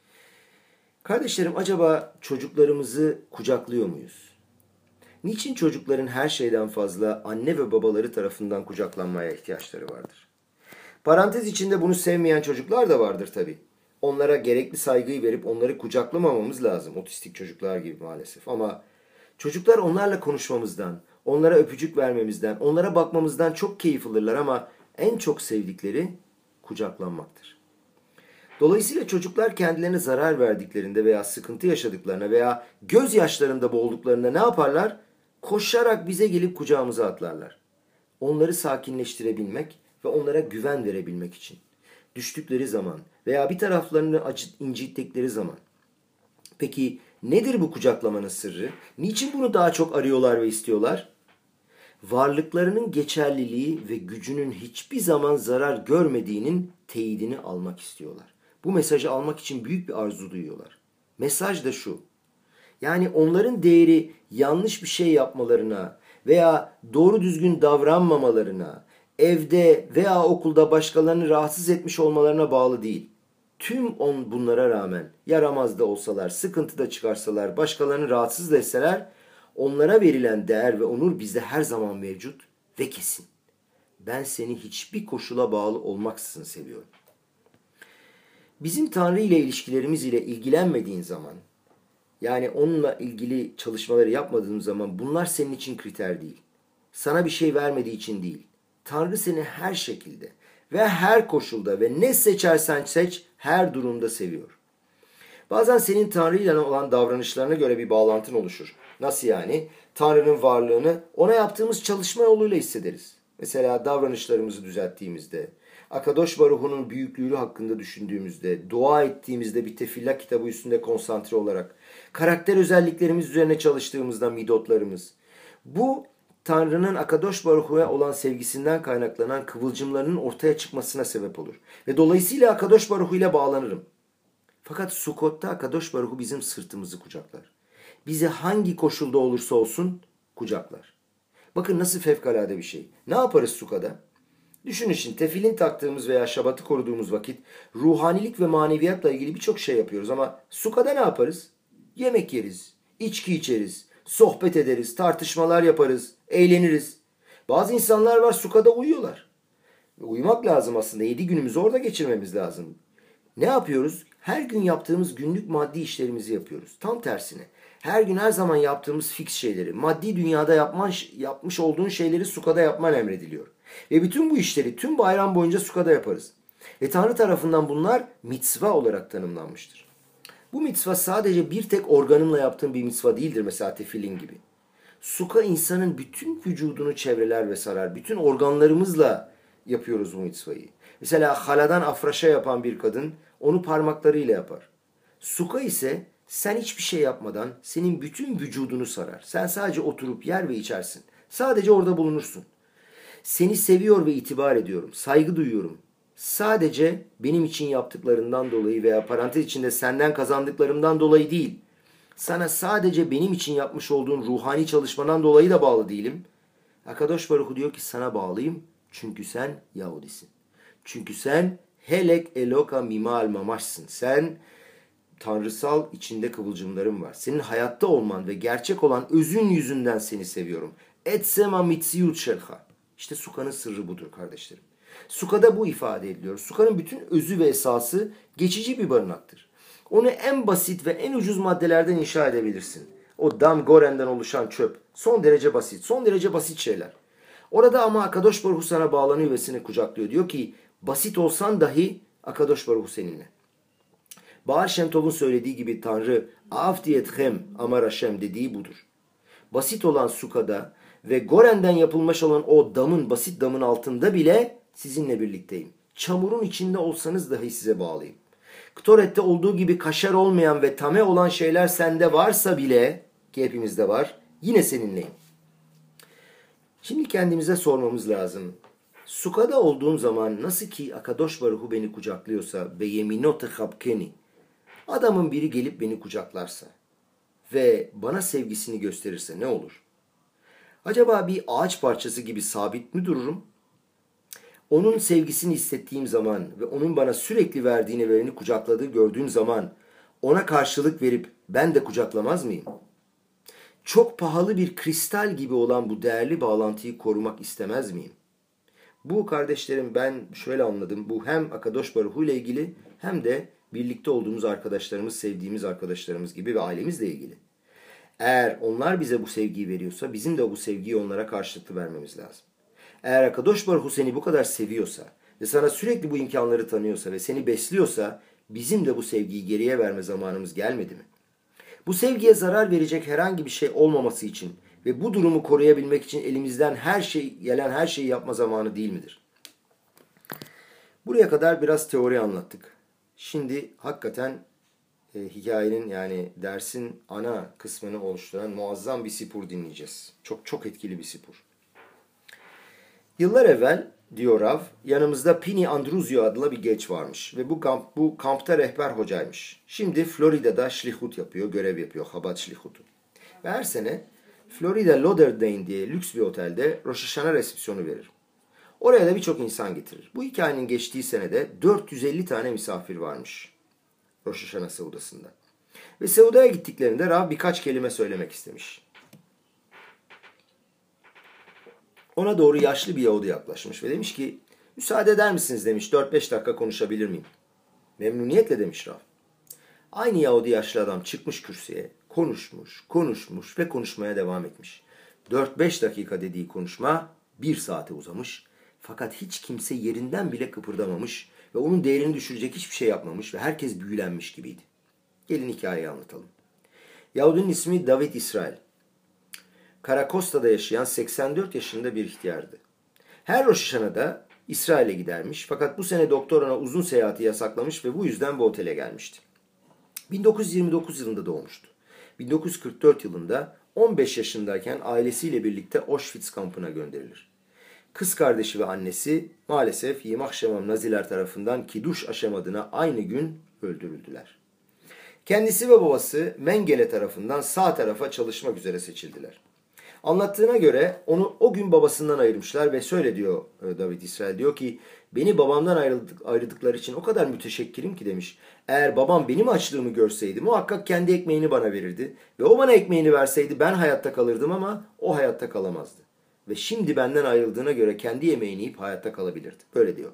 Kardeşlerim acaba çocuklarımızı kucaklıyor muyuz? Niçin çocukların her şeyden fazla anne ve babaları tarafından kucaklanmaya ihtiyaçları vardır? Parantez içinde bunu sevmeyen çocuklar da vardır tabii. Onlara gerekli saygıyı verip onları kucaklamamamız lazım. Otistik çocuklar gibi maalesef. Ama çocuklar onlarla konuşmamızdan, onlara öpücük vermemizden, onlara bakmamızdan çok keyif alırlar ama en çok sevdikleri kucaklanmaktır. Dolayısıyla çocuklar kendilerine zarar verdiklerinde veya sıkıntı yaşadıklarına veya gözyaşlarında boğulduklarında ne yaparlar? Koşarak bize gelip kucağımıza atlarlar. Onları sakinleştirebilmek ve onlara güven verebilmek için. Düştükleri zaman veya bir taraflarını incittikleri zaman. Peki nedir bu kucaklamanın sırrı? Niçin bunu daha çok arıyorlar ve istiyorlar? Varlıklarının geçerliliği ve gücünün hiçbir zaman zarar görmediğinin teyidini almak istiyorlar. Bu mesajı almak için büyük bir arzu duyuyorlar. Mesaj da şu. Yani onların değeri yanlış bir şey yapmalarına veya doğru düzgün davranmamalarına, evde veya okulda başkalarını rahatsız etmiş olmalarına bağlı değil. Tüm bunlara rağmen yaramaz da olsalar, sıkıntı da çıkarsalar, başkalarını rahatsız da etseler, onlara verilen değer ve onur bizde her zaman mevcut ve kesin. Ben seni hiçbir koşula bağlı olmaksızın seviyorum. Bizim Tanrı ile ilişkilerimiz ile ilgilenmediğin zaman, yani onunla ilgili çalışmaları yapmadığın zaman bunlar senin için kriter değil. Sana bir şey vermediği için değil. Tanrı seni her şekilde ve her koşulda ve ne seçersen seç her durumda seviyor. Bazen senin Tanrı ile olan davranışlarına göre bir bağlantın oluşur. Nasıl yani? Tanrı'nın varlığını ona yaptığımız çalışma yoluyla hissederiz. Mesela davranışlarımızı düzelttiğimizde, Akadosh Baruhu'nun büyüklüğü hakkında düşündüğümüzde, dua ettiğimizde bir tefillah kitabı üstünde konsantre olarak, karakter özelliklerimiz üzerine çalıştığımızda midotlarımız. Bu Tanrı'nın Akadosh Baruhu'ya olan sevgisinden kaynaklanan kıvılcımlarının ortaya çıkmasına sebep olur. Ve dolayısıyla Akadosh Baruhu ile bağlanırım. Fakat Sukot'ta Akadosh Baruhu bizim sırtımızı kucaklar. Bizi hangi koşulda olursa olsun kucaklar. Bakın nasıl fevkalade bir şey. Ne yaparız Suka'da? Düşünün şimdi tefilin taktığımız veya şabatı koruduğumuz vakit ruhanilik ve maneviyatla ilgili birçok şey yapıyoruz ama Suka'da ne yaparız? Yemek yeriz, içki içeriz, sohbet ederiz, tartışmalar yaparız, eğleniriz. Bazı insanlar var Suka'da uyuyorlar. Uyumak lazım aslında. 7 günümüzü orada geçirmemiz lazım. Ne yapıyoruz? Her gün yaptığımız günlük maddi işlerimizi yapıyoruz. Tam tersine. Her gün her zaman yaptığımız fix şeyleri, maddi dünyada yapmış olduğun şeyleri Suka'da yapman emrediliyor. Ve bütün bu işleri tüm bayram boyunca Suka'da yaparız. Ve Tanrı tarafından bunlar mitzva olarak tanımlanmıştır. Bu mitzva sadece bir tek organınla yaptığın bir mitzva değildir mesela tefilin gibi. Suka insanın bütün vücudunu çevreler ve sarar. Bütün organlarımızla yapıyoruz bu mitzvayı. Mesela haladan afraşa yapan bir kadın onu parmaklarıyla yapar. Suka ise sen hiçbir şey yapmadan senin bütün vücudunu sarar. Sen sadece oturup yer ve içersin. Sadece orada bulunursun. Seni seviyor ve itibar ediyorum. Saygı duyuyorum. Sadece benim için yaptıklarından dolayı veya parantez içinde senden kazandıklarımdan dolayı değil. Sana sadece benim için yapmış olduğun ruhani çalışmadan dolayı da bağlı değilim. Akadosh Baruhu diyor ki sana bağlıyım çünkü sen Yahudisin. Çünkü sen Helek Eloka Mimal Mamaş'sın. Sen tanrısal içinde kıvılcımlarım var. Senin hayatta olman ve gerçek olan özün yüzünden seni seviyorum. Etsema mitziyut şelha. İşte Suka'nın sırrı budur kardeşlerim. Suka'da bu ifade ediliyor. Suka'nın bütün özü ve esası geçici bir barınaktır. Onu en basit ve en ucuz maddelerden inşa edebilirsin. O dam gorenden oluşan çöp. Son derece basit. Son derece basit şeyler. Orada ama Akadosh Baruhu sana bağlanıyor ve seni kucaklıyor. Diyor ki basit olsan dahi Akadosh Baruhu seninle. Baal Shem Tov'un söylediği gibi Tanrı Avdi etchem amar Hashem dediği budur. Basit olan Suka'da ve Goren'den yapılmış olan o damın, basit damın altında bile sizinle birlikteyim. Çamurun içinde olsanız dahi size bağlıyım. Ktoret'te olduğu gibi kaşar olmayan ve tame olan şeyler sende varsa bile, ki hepimizde var, yine seninleyim. Şimdi kendimize sormamız lazım. Suka'da olduğum zaman nasıl ki Akadosh Baruhu beni kucaklıyorsa ve yeminot habkeni, adamın biri gelip beni kucaklarsa ve bana sevgisini gösterirse ne olur? Acaba bir ağaç parçası gibi sabit mi dururum? Onun sevgisini hissettiğim zaman ve onun bana sürekli verdiğini ve beni kucakladığı gördüğüm zaman ona karşılık verip ben de kucaklamaz mıyım? Çok pahalı bir kristal gibi olan bu değerli bağlantıyı korumak istemez miyim? Bu kardeşlerim ben şöyle anladım. Bu hem Akadosh Baruhu ile ilgili hem de birlikte olduğumuz arkadaşlarımız, sevdiğimiz arkadaşlarımız gibi ve ailemizle ilgili. Eğer onlar bize bu sevgiyi veriyorsa bizim de bu sevgiyi onlara karşılıklı vermemiz lazım. Eğer Akadosh Baruhu seni bu kadar seviyorsa ve sana sürekli bu imkanları tanıyorsa ve seni besliyorsa bizim de bu sevgiyi geriye verme zamanımız gelmedi mi? Bu sevgiye zarar verecek herhangi bir şey olmaması için ve bu durumu koruyabilmek için elimizden gelen her şeyi yapma zamanı değil midir? Buraya kadar biraz teori anlattık. Şimdi hakikaten hikayenin yani dersin ana kısmını oluşturan muazzam bir sipur dinleyeceğiz. Çok çok etkili bir sipur. Yıllar evvel diyor Rav, yanımızda Pini Andruzio adlı bir genç varmış ve bu kampta rehber hocaymış. Şimdi Florida'da şlihut yapıyor, görev yapıyor, Chabad şlihutu. Ve her sene Florida Lauderdale diye lüks bir otelde Rosh Hashanah resepsiyonu verir. Oraya da birçok insan getirir. Bu hikayenin geçtiği senede 450 tane misafir varmış Rosh Hashanah Seudası'nda. Ve Seuda'ya gittiklerinde Rav birkaç kelime söylemek istemiş. Ona doğru yaşlı bir Yahudi yaklaşmış ve demiş ki müsaade eder misiniz demiş, 4-5 dakika konuşabilir miyim? Memnuniyetle demiş Rav. Aynı Yahudi yaşlı adam çıkmış kürsüye, konuşmuş ve konuşmaya devam etmiş. 4-5 dakika dediği konuşma 1 saate uzamış. Fakat hiç kimse yerinden bile kıpırdamamış ve onun değerini düşürecek hiçbir şey yapmamış ve herkes büyülenmiş gibiydi. Gelin hikayeyi anlatalım. Yahudinin ismi David İsrail. Karakosta'da yaşayan 84 yaşında bir ihtiyardı. Her Rosh Hashanah'da İsrail'e gidermiş fakat bu sene doktor ona uzun seyahati yasaklamış ve bu yüzden bu otele gelmişti. 1929 yılında doğmuştu. 1944 yılında 15 yaşındayken ailesiyle birlikte Auschwitz kampına gönderilir. Kız kardeşi ve annesi maalesef Yimach Shemam Naziler tarafından Kiddush Hashem adına aynı gün öldürüldüler. Kendisi ve babası Mengele tarafından sağ tarafa çalışmak üzere seçildiler. Anlattığına göre onu o gün babasından ayırmışlar ve şöyle diyor David İsrail, diyor ki beni babamdan ayrıldıkları için o kadar müteşekkirim ki demiş. Eğer babam benim açlığımı görseydi muhakkak kendi ekmeğini bana verirdi ve o bana ekmeğini verseydi ben hayatta kalırdım ama o hayatta kalamazdı. Ve şimdi benden ayrıldığına göre kendi yemeğini yiyip hayatta kalabilirdi. Böyle diyor.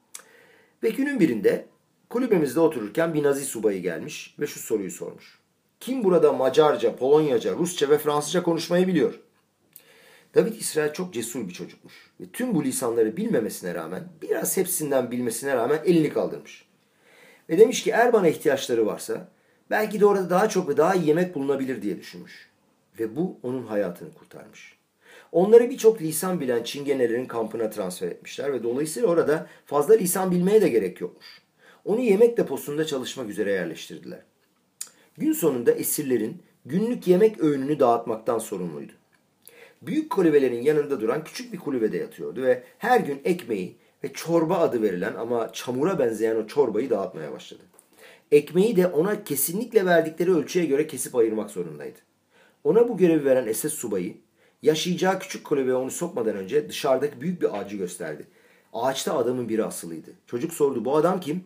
Ve günün birinde kulübemizde otururken bir Nazi subayı gelmiş ve şu soruyu sormuş. Kim burada Macarca, Polonyaca, Rusça ve Fransızca konuşmayı biliyor? David İsrail çok cesur bir çocukmuş. Ve tüm bu lisanları bilmemesine rağmen, biraz hepsinden bilmesine rağmen elini kaldırmış. Ve demiş ki eğer bana ihtiyaçları varsa belki de orada daha çok ve daha iyi yemek bulunabilir diye düşünmüş. Ve bu onun hayatını kurtarmış. Onları birçok lisan bilen Çingenelerin kampına transfer etmişler ve dolayısıyla orada fazla lisan bilmeye de gerek yokmuş. Onu yemek deposunda çalışmak üzere yerleştirdiler. Gün sonunda esirlerin günlük yemek öğününü dağıtmaktan sorumluydu. Büyük kulübelerin yanında duran küçük bir kulübede yatıyordu ve her gün ekmeği ve çorba adı verilen ama çamura benzeyen o çorbayı dağıtmaya başladı. Ekmeği de ona kesinlikle verdikleri ölçüye göre kesip ayırmak zorundaydı. Ona bu görevi veren SS subayı yaşayacağı küçük kulübeye onu sokmadan önce dışarıdaki büyük bir ağacı gösterdi. Ağaçta adamın biri asılıydı. Çocuk sordu, bu adam kim?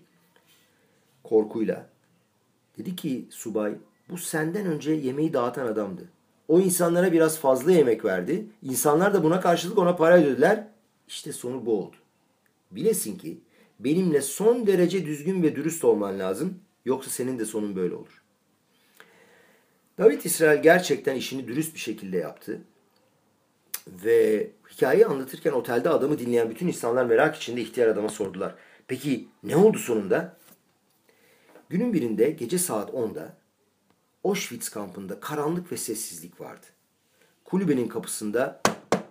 Korkuyla. Dedi ki subay, bu senden önce yemeği dağıtan adamdı. O insanlara biraz fazla yemek verdi. İnsanlar da buna karşılık ona para ödediler. İşte sonu bu oldu. Bilesin ki benimle son derece düzgün ve dürüst olman lazım. Yoksa senin de sonun böyle olur. David İsrail gerçekten işini dürüst bir şekilde yaptı. Ve hikayeyi anlatırken otelde adamı dinleyen bütün insanlar merak içinde ihtiyar adama sordular. Peki ne oldu sonunda? Günün birinde gece saat 10'da Auschwitz kampında karanlık ve sessizlik vardı. Kulübenin kapısında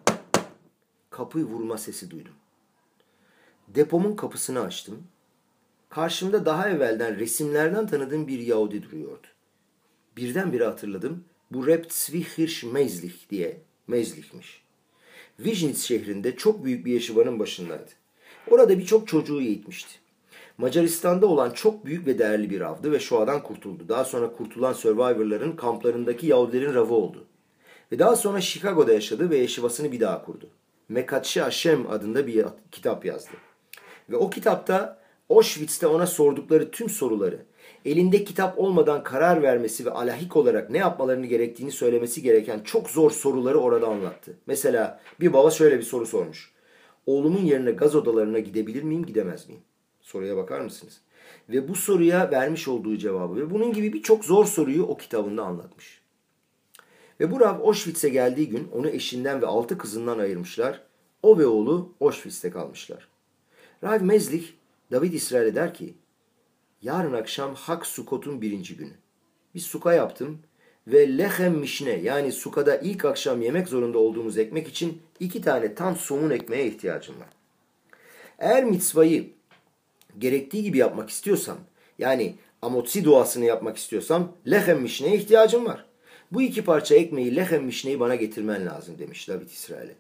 kapı vurma sesi duydum. Depomun kapısını açtım. Karşımda daha evvelden resimlerden tanıdığım bir Yahudi duruyordu. Birdenbire hatırladım. Bu Reb Tzvi Hirsch Meizlich diye Meizlich'miş. Vizhnitz şehrinde çok büyük bir yeşivanın başındaydı. Orada birçok çocuğu eğitmişti. Macaristan'da olan çok büyük ve değerli bir avdı ve Shoah'dan kurtuldu. Daha sonra kurtulan Survivor'ların kamplarındaki Yahudilerin ravı oldu. Ve daha sonra Chicago'da yaşadı ve yeşivasını bir daha kurdu. Mekatşi Hashem adında bir kitap yazdı. Ve o kitapta Auschwitz'te ona sordukları tüm soruları, elinde kitap olmadan karar vermesi ve alahik olarak ne yapmalarını gerektiğini söylemesi gereken çok zor soruları orada anlattı. Mesela bir baba şöyle bir soru sormuş. Oğlumun yerine gaz odalarına gidebilir miyim, gidemez miyim? Soruya bakar mısınız? Ve bu soruya vermiş olduğu cevabı ve bunun gibi birçok zor soruyu o kitabında anlatmış. Ve bu Rav Auschwitz'e geldiği gün onu eşinden ve 6 kızından ayırmışlar. O ve oğlu Auschwitz'te kalmışlar. Rav Meizlich, David İsrail'e der ki, yarın akşam Hak Sukot'un 1. günü. Bir suka yaptım ve lechem mişne yani sukada ilk akşam yemek zorunda olduğumuz ekmek için 2 tane tam somun ekmeğe ihtiyacım var. Eğer mitzvayı gerektiği gibi yapmak istiyorsam, yani amotsi duasını yapmak istiyorsam lechem mişneye ihtiyacım var. Bu 2 parça ekmeği lechem mişneyi bana getirmen lazım demiş David İsrail'e.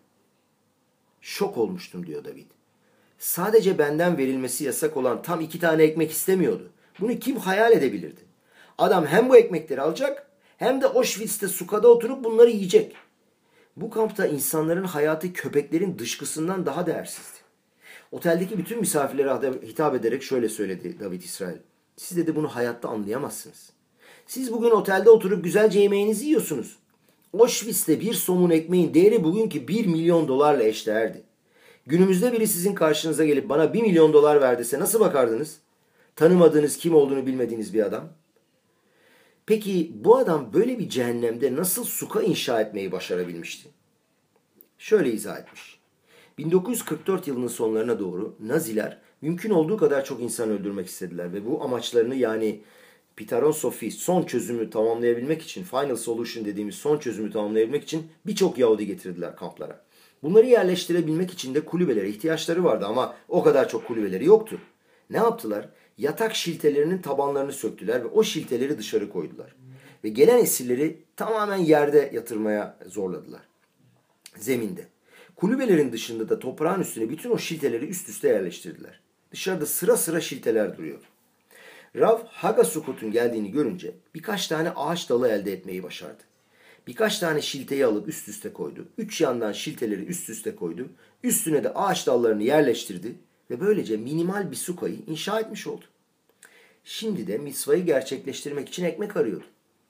Şok olmuştum diyor David. Sadece benden verilmesi yasak olan tam 2 tane ekmek istemiyordu. Bunu kim hayal edebilirdi? Adam hem bu ekmekleri alacak hem de Auschwitz'te sukada oturup bunları yiyecek. Bu kampta insanların hayatı köpeklerin dışkısından daha değersizdi. Oteldeki bütün misafirlere hitap ederek şöyle söyledi David İsrail. Siz dedi bunu hayatta anlayamazsınız. Siz bugün otelde oturup güzelce yemeğinizi yiyorsunuz. Auschwitz'te bir somun ekmeğin değeri bugünkü 1 milyon dolarla eşdeğerdi. Günümüzde biri sizin karşınıza gelip bana 1 milyon dolar ver dese nasıl bakardınız? Tanımadığınız, kim olduğunu bilmediğiniz bir adam. Peki bu adam böyle bir cehennemde nasıl suka inşa etmeyi başarabilmişti? Şöyle izah etmiş. 1944 yılının sonlarına doğru Naziler mümkün olduğu kadar çok insan öldürmek istediler ve bu amaçlarını, yani Pitaron Sofi, son çözümü tamamlayabilmek için, Final Solution dediğimiz son çözümü tamamlayabilmek için birçok Yahudi getirdiler kamplara. Bunları yerleştirebilmek için de kulübelere ihtiyaçları vardı ama o kadar çok kulübeleri yoktu. Ne yaptılar? Yatak şiltelerinin tabanlarını söktüler ve o şilteleri dışarı koydular. Ve gelen esirleri tamamen yerde yatırmaya zorladılar. Zeminde. Kulübelerin dışında da toprağın üstüne bütün o şilteleri üst üste yerleştirdiler. Dışarıda sıra sıra şilteler duruyordu. Rav Hagasukut'un geldiğini görünce birkaç tane ağaç dalı elde etmeyi başardı. Birkaç tane şilteyi alıp üst üste koydu. 3 yandan şilteleri üst üste koydu. Üstüne de ağaç dallarını yerleştirdi ve böylece minimal bir sukayı inşa etmiş oldu. Şimdi de mitzvayı gerçekleştirmek için ekmek arıyordu.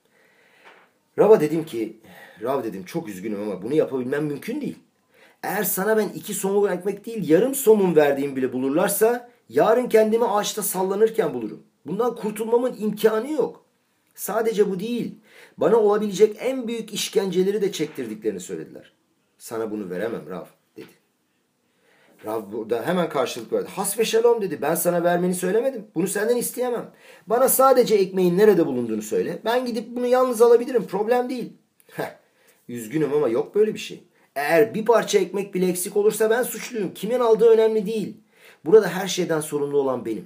Rav'a dedim ki, Rav dedim çok üzgünüm ama bunu yapabilmem mümkün değil. Eğer sana ben 2 somun ekmek değil yarım somun verdiğimi bile bulurlarsa yarın kendimi ağaçta sallanırken bulurum. Bundan kurtulmamın imkanı yok. Sadece bu değil. Bana olabilecek en büyük işkenceleri de çektirdiklerini söylediler. Sana bunu veremem Rav dedi. Rav burada hemen karşılık verdi. Has ve şalom dedi. Ben sana vermeni söylemedim. Bunu senden isteyemem. Bana sadece ekmeğin nerede bulunduğunu söyle. Ben gidip bunu yalnız alabilirim. Problem değil. Üzgünüm ama yok böyle bir şey. Eğer bir parça ekmek bile eksik olursa ben suçluyum. Kimin aldığı önemli değil. Burada her şeyden sorumlu olan benim.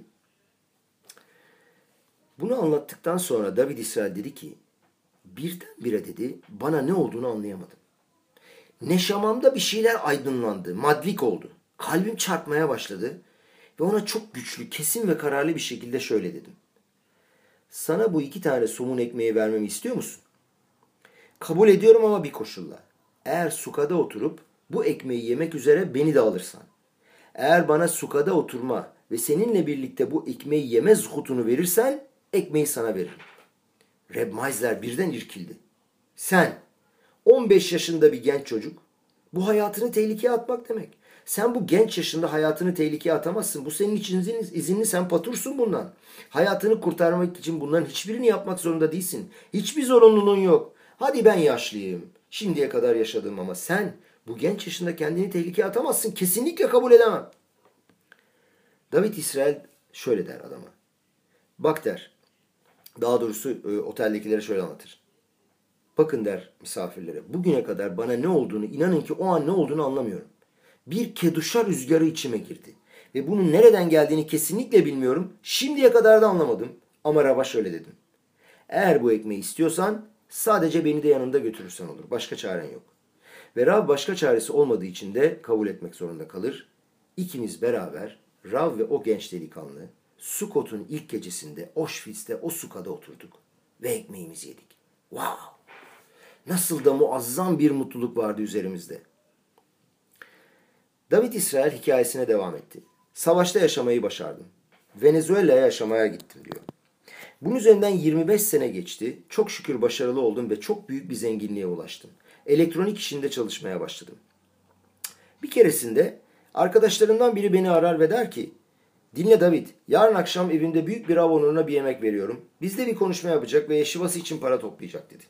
Bunu anlattıktan sonra David İsrail dedi ki, birdenbire dedi bana ne olduğunu anlayamadım. Neşamamda bir şeyler aydınlandı, madlik oldu. Kalbim çarpmaya başladı ve ona çok güçlü, kesin ve kararlı bir şekilde şöyle dedim. Sana bu 2 tane somun ekmeği vermemi istiyor musun? Kabul ediyorum ama bir koşulla. Eğer sukada oturup bu ekmeği yemek üzere beni de alırsan. Eğer bana sukada oturma ve seninle birlikte bu ekmeği yeme zhutunu verirsen ekmeği sana veririm. Reb Meisler birden irkildi. Sen 15 yaşında bir genç çocuk, bu hayatını tehlikeye atmak demek. Sen bu genç yaşında hayatını tehlikeye atamazsın. Bu senin için izinli, sen patursun bundan. Hayatını kurtarmak için bunların hiçbirini yapmak zorunda değilsin. Hiçbir zorunluluğun yok. Hadi ben yaşlıyım. Şimdiye kadar yaşadım ama sen bu genç yaşında kendini tehlikeye atamazsın. Kesinlikle kabul edemem. David İsrail şöyle der adama. Bak der. Daha doğrusu oteldekilere şöyle anlatır. Bakın der misafirlere. Bugüne kadar bana ne olduğunu, inanın ki o an ne olduğunu anlamıyorum. Bir keduşa rüzgarı içime girdi. Ve bunun nereden geldiğini kesinlikle bilmiyorum. Şimdiye kadar da anlamadım. Ama Rav'a şöyle dedim. Eğer bu ekmeği istiyorsan sadece beni de yanında götürürsen olur. Başka çaren yok. Ve Rav başka çaresi olmadığı için de kabul etmek zorunda kalır. İkimiz beraber Rav ve o genç delikanlı Sukot'un ilk gecesinde Auschwitz'te o sukada oturduk. Ve ekmeğimizi yedik. Wow! Nasıl da muazzam bir mutluluk vardı üzerimizde. David İsrail hikayesine devam etti. Savaşta yaşamayı başardım. Venezuela'ya yaşamaya gittim diyor. Bunun üzerinden 25 sene geçti. Çok şükür başarılı oldum ve çok büyük bir zenginliğe ulaştım. Elektronik işinde çalışmaya başladım. Bir keresinde arkadaşlarımdan biri beni arar ve der ki, dinle David, yarın akşam evimde büyük bir av onuruna bir yemek veriyorum. Bizde bir konuşma yapacak ve yeşivası için para toplayacak dedi.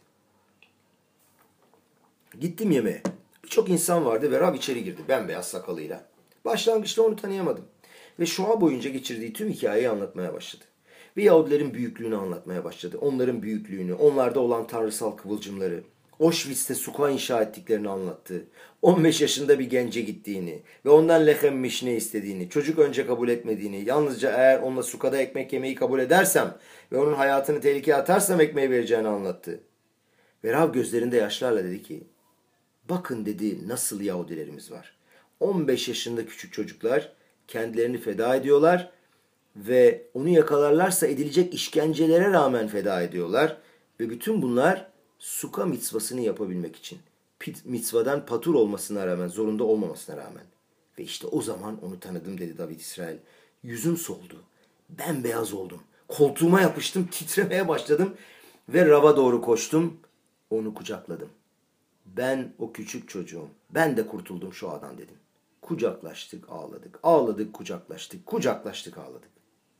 Gittim yemeğe. Birçok insan vardı ve Rav içeri girdi bembeyaz sakalıyla. Başlangıçta onu tanıyamadım. Ve Şua boyunca geçirdiği tüm hikayeyi anlatmaya başladı. Ve Yahudilerin büyüklüğünü anlatmaya başladı. Onların büyüklüğünü, onlarda olan tanrısal kıvılcımları, Auschwitz'te suka inşa ettiklerini anlattı. 15 yaşında bir gence gittiğini ve ondan lechem mişne istediğini, çocuk önce kabul etmediğini, yalnızca eğer onunla sukada ekmek yemeyi kabul edersem ve onun hayatını tehlikeye atarsam ekmeği vereceğini anlattı. Ve Rav gözlerinde yaşlarla dedi ki, bakın dedi nasıl Yahudilerimiz var. 15 yaşında küçük çocuklar kendilerini feda ediyorlar ve onu yakalarlarsa edilecek işkencelere rağmen feda ediyorlar. Ve bütün bunlar suka mitzvasını yapabilmek için. mitzvadan patur olmasına rağmen, zorunda olmamasına rağmen. Ve işte o zaman onu tanıdım dedi David İsrail. Yüzüm soldu. Bembeyaz oldum. Koltuğuma yapıştım, titremeye başladım ve Rav'a doğru koştum. Onu kucakladım. Ben o küçük çocuğum. Ben de kurtuldum şu ağdan dedim. Kucaklaştık, ağladık. Ağladık, kucaklaştık. Kucaklaştık, ağladık.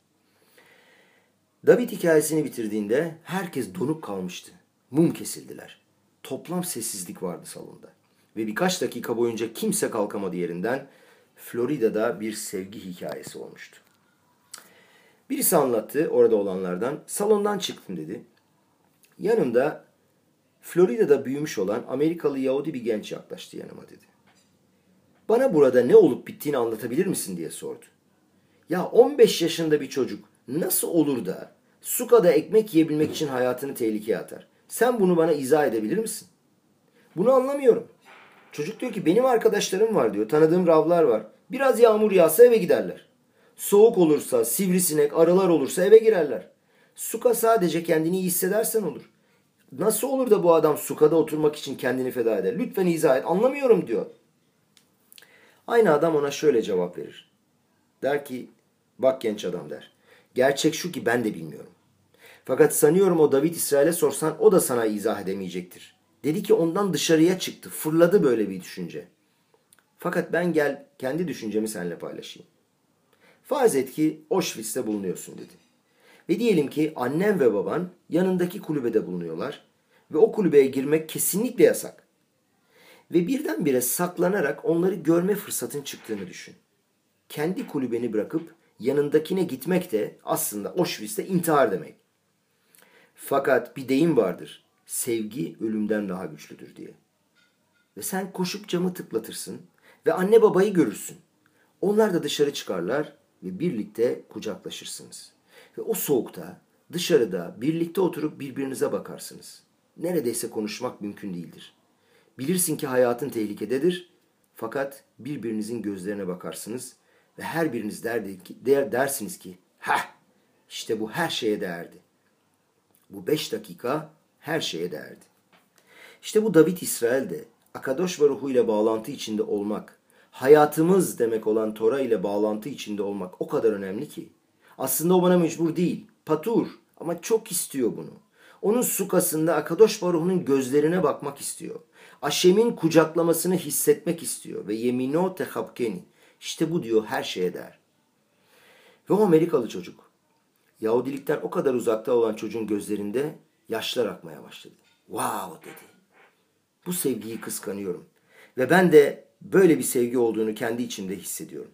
David hikayesini bitirdiğinde herkes donup kalmıştı. Mum kesildiler. Toplam sessizlik vardı salonda. Ve birkaç dakika boyunca kimse kalkamadı yerinden. Florida'da bir sevgi hikayesi olmuştu. Birisi anlattı orada olanlardan. Salondan çıktım dedi. Yanımda Florida'da büyümüş olan Amerikalı Yahudi bir genç yaklaştı yanıma dedi. Bana burada ne olup bittiğini anlatabilir misin diye sordu. Ya 15 yaşında bir çocuk nasıl olur da Suka'da ekmek yiyebilmek için hayatını tehlikeye atar? Sen bunu bana izah edebilir misin? Bunu anlamıyorum. Çocuk diyor ki benim arkadaşlarım var diyor. Tanıdığım ravlar var. Biraz yağmur yağsa eve giderler. Soğuk olursa, sivrisinek, arılar olursa eve girerler. Suka sadece kendini iyi hissedersen olur. Nasıl olur da bu adam Suka'da oturmak için kendini feda eder? Lütfen izah et. Anlamıyorum diyor. Aynı adam ona şöyle cevap verir. Der ki bak genç adam der. Gerçek şu ki ben de bilmiyorum. Fakat sanıyorum o David İsrail'e sorsan o da sana izah edemeyecektir. Dedi ki ondan dışarıya çıktı. Fırladı böyle bir düşünce. Fakat ben gel kendi düşüncemi seninle paylaşayım. Farz et ki Auschwitz'te bulunuyorsun dedi. Ve diyelim ki annen ve baban yanındaki kulübede bulunuyorlar. Ve o kulübeye girmek kesinlikle yasak. Ve birdenbire saklanarak onları görme fırsatın çıktığını düşün. Kendi kulübeni bırakıp yanındakine gitmek de aslında Auschwitz'te intihar demek. Fakat bir deyim vardır. Sevgi ölümden daha güçlüdür diye. Ve sen koşup camı tıklatırsın ve anne babayı görürsün. Onlar da dışarı çıkarlar ve birlikte kucaklaşırsınız. Ve o soğukta dışarıda birlikte oturup birbirinize bakarsınız. Neredeyse konuşmak mümkün değildir. Bilirsin ki hayatın tehlikededir. Fakat birbirinizin gözlerine bakarsınız ve her biriniz dersiniz ki işte bu her şeye değerdi. Bu 5 dakika her şeye değerdi. İşte bu David İsrail'de Akadosh Baruhu ile bağlantı içinde olmak, hayatımız demek olan Tora ile bağlantı içinde olmak o kadar önemli ki. Aslında o bana mecbur değil, patur ama çok istiyor bunu. Onun sukasında Akadosh Baruhu'nun gözlerine bakmak istiyor. Aşem'in kucaklamasını hissetmek istiyor ve yemino tehapkeni. İşte bu diyor her şeye değer. Ve o Amerikalı çocuk, Yahudilikten o kadar uzakta olan çocuğun gözlerinde yaşlar akmaya başladı. Wow dedi. Bu sevgiyi kıskanıyorum. Ve ben de böyle bir sevgi olduğunu kendi içimde hissediyorum.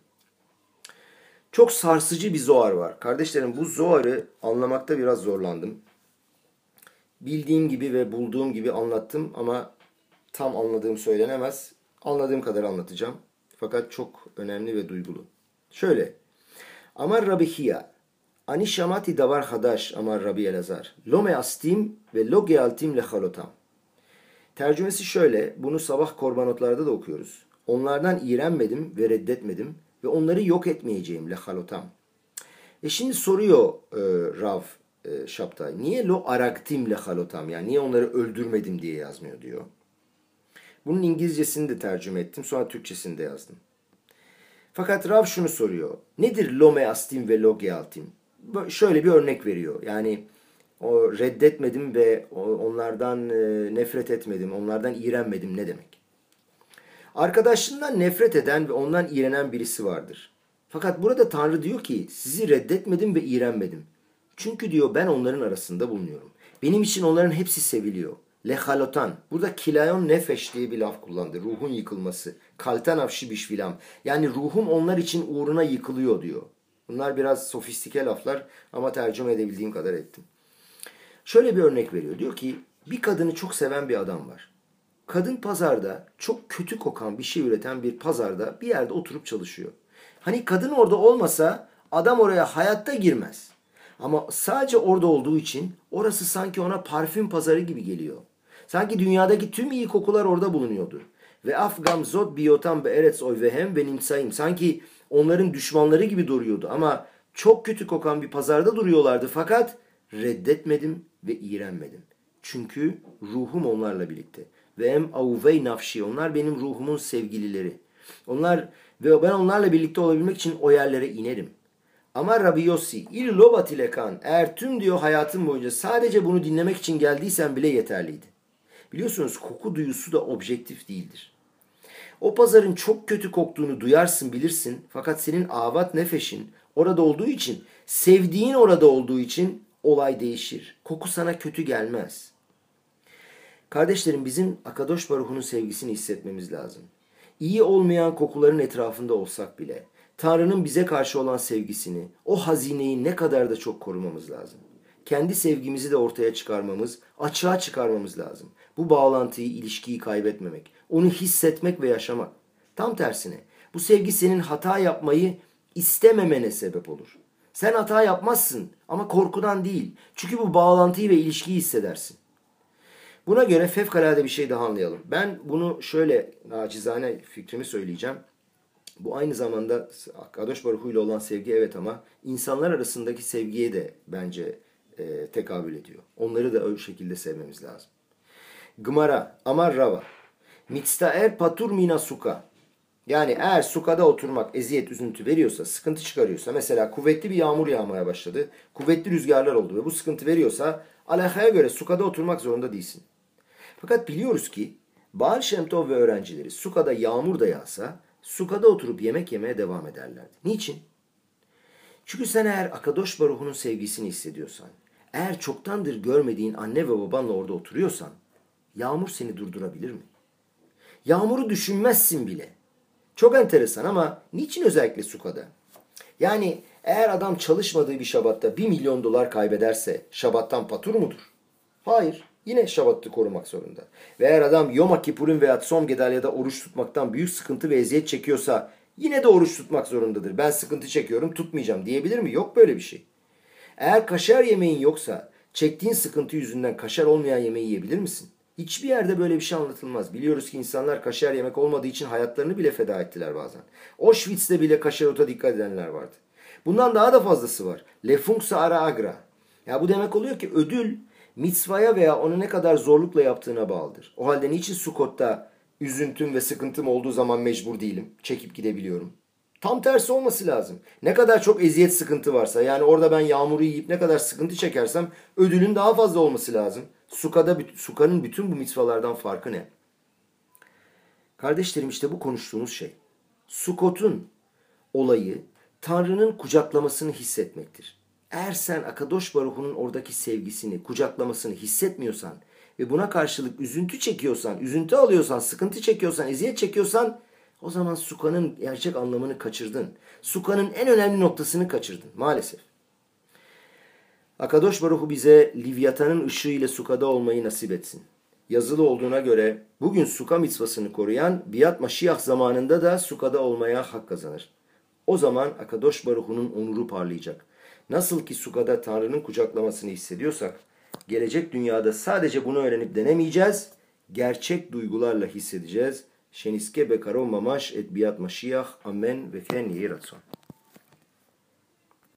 Çok sarsıcı bir Zohar var. Kardeşlerim bu Zohar'ı anlamakta biraz zorlandım. Bildiğim gibi ve bulduğum gibi anlattım ama tam anladığım söylenemez. Anladığım kadar anlatacağım. Fakat çok önemli ve duygulu. Şöyle. Amar Rabbi Hiya. Ani shamati davar hadash amar Rabbi Elazar. Lo meastim ve lo gealtim lechalotam. Tercümesi şöyle. Bunu sabah korbanotlarda da okuyoruz. Onlardan iğrenmedim ve reddetmedim ve onları yok etmeyeceğim lechalotam. Şimdi soruyor Rav Şaptay. Niye lo araktim lechalotam? Yani niye onları öldürmedim diye yazmıyor diyor. Bunun İngilizcesini de tercüme ettim. Sonra Türkçesini de yazdım. Fakat Rav şunu soruyor. Nedir lo meastim ve lo gealtim? Şöyle bir örnek veriyor. Yani o reddetmedim ve onlardan nefret etmedim, onlardan iğrenmedim ne demek? Arkadaşından nefret eden ve ondan iğrenen birisi vardır. Fakat burada Tanrı diyor ki sizi reddetmedim ve iğrenmedim. Çünkü diyor ben onların arasında bulunuyorum. Benim için onların hepsi seviliyor. Lehalotan. Burada kilayon nefeş diye bir laf kullandı. Ruhun yıkılması. Kalten afşi bişvilam. Yani ruhum onlar için uğruna yıkılıyor diyor. Bunlar biraz sofistike laflar ama tercüme edebildiğim kadar ettim. Şöyle bir örnek veriyor. Diyor ki bir kadını çok seven bir adam var. Kadın pazarda çok kötü kokan bir şey üreten bir pazarda bir yerde oturup çalışıyor. Hani kadın orada olmasa adam oraya hayatta girmez. Ama sadece orada olduğu için orası sanki ona parfüm pazarı gibi geliyor. Sanki dünyadaki tüm iyi kokular orada bulunuyordu. Ve afgam zot biyotam be eretz oyvehem ve nimsayim. Sanki onların düşmanları gibi duruyordu ama çok kötü kokan bir pazarda duruyorlardı fakat reddetmedim ve iğrenmedim. Çünkü ruhum onlarla birlikte. ve em avuvey nafşi. Onlar benim ruhumun sevgilileri. Onlar ve ben onlarla birlikte olabilmek için o yerlere inerim. Ama Rabbi Yossi, il lobatilekan, eğer tüm diyor hayatım boyunca sadece bunu dinlemek için geldiysen bile yeterliydi. Biliyorsunuz koku duyusu da objektif değildir. O pazarın çok kötü koktuğunu duyarsın bilirsin fakat senin avat nefeşin orada olduğu için, sevdiğin orada olduğu için olay değişir. Koku sana kötü gelmez. Kardeşlerim bizim Akadosh Baruhu'nun sevgisini hissetmemiz lazım. İyi olmayan kokuların etrafında olsak bile Tanrı'nın bize karşı olan sevgisini, o hazineyi ne kadar da çok korumamız lazım. Kendi sevgimizi de ortaya çıkarmamız, açığa çıkarmamız lazım. Bu bağlantıyı, ilişkiyi kaybetmemek, onu hissetmek ve yaşamak. Tam tersine bu sevgi senin hata yapmayı istememene sebep olur. Sen hata yapmazsın ama korkudan değil. Çünkü bu bağlantıyı ve ilişkiyi hissedersin. Buna göre fevkalade bir şey daha anlayalım. Ben bunu şöyle nacizane fikrimi söyleyeceğim. Bu aynı zamanda Kadosh Baruch Hu ile olan sevgi evet ama insanlar arasındaki sevgiye de bence tekabül ediyor. Onları da o şekilde sevmemiz lazım. Gmara, Amar Rava, Mitstaer patur mina suka. Yani eğer sukada oturmak eziyet, üzüntü veriyorsa, sıkıntı çıkarıyorsa, mesela kuvvetli bir yağmur yağmaya başladı, kuvvetli rüzgarlar oldu ve bu sıkıntı veriyorsa, alakaya göre sukada oturmak zorunda değilsin. Fakat biliyoruz ki, Baal Shem Tov ve öğrencileri sukada yağmur da yağsa, sukada oturup yemek yemeye devam ederlerdi. Niçin? Çünkü sen eğer Akadosh Baruhu'nun sevgisini hissediyorsan, eğer çoktandır görmediğin anne ve babanla orada oturuyorsan, yağmur seni durdurabilir mi? Yağmuru düşünmezsin bile. Çok enteresan ama niçin özellikle sukada? Yani eğer adam çalışmadığı bir şabatta 1 milyon dolar kaybederse şabattan patur mudur? Hayır. Yine şabattı korumak zorunda. Ve eğer adam Yom Kippur'un veya Tzom Gedalya'da oruç tutmaktan büyük sıkıntı ve eziyet çekiyorsa yine de oruç tutmak zorundadır. Ben sıkıntı çekiyorum tutmayacağım diyebilir mi? Yok böyle bir şey. Eğer kaşar yemeğin yoksa çektiğin sıkıntı yüzünden kaşar olmayan yemeği yiyebilir misin? Hiçbir yerde böyle bir şey anlatılmaz. Biliyoruz ki insanlar kaşar yemek olmadığı için hayatlarını bile feda ettiler bazen. Auschwitz'te bile kaşarota dikkat edenler vardı. Bundan daha da fazlası var. Lefunksa ara agra. Ya bu demek oluyor ki ödül mitzvaya veya onu ne kadar zorlukla yaptığına bağlıdır. O halde niçin Sukot'ta üzüntüm ve sıkıntım olduğu zaman mecbur değilim? Çekip gidebiliyorum. Tam tersi olması lazım. Ne kadar çok eziyet sıkıntı varsa yani orada ben yağmuru yiyip ne kadar sıkıntı çekersem ödülün daha fazla olması lazım. Suka'nın bütün bu mitzvalardan farkı ne? Kardeşlerim işte bu konuştuğumuz şey. Sukot'un olayı Tanrı'nın kucaklamasını hissetmektir. Eğer sen Akadosh Baruhu'nun oradaki sevgisini, kucaklamasını hissetmiyorsan ve buna karşılık üzüntü çekiyorsan, üzüntü alıyorsan, sıkıntı çekiyorsan, eziyet çekiyorsan o zaman Suka'nın gerçek anlamını kaçırdın. Suka'nın en önemli noktasını kaçırdın maalesef. Akadosh Baruhu bize Livyatan'ın ışığıyla Suka'da olmayı nasip etsin. Yazılı olduğuna göre bugün Suka mitzvasını koruyan Biat Maşiyah zamanında da Suka'da olmaya hak kazanır. O zaman Akadosh Baruhu'nun onuru parlayacak. Nasıl ki Suka'da Tanrı'nın kucaklamasını hissediyorsak, gelecek dünyada sadece bunu öğrenip denemeyeceğiz, gerçek duygularla hissedeceğiz. Şeniske bekarov mamash et biat Maşiyah. Amen ve ken yehi ratson.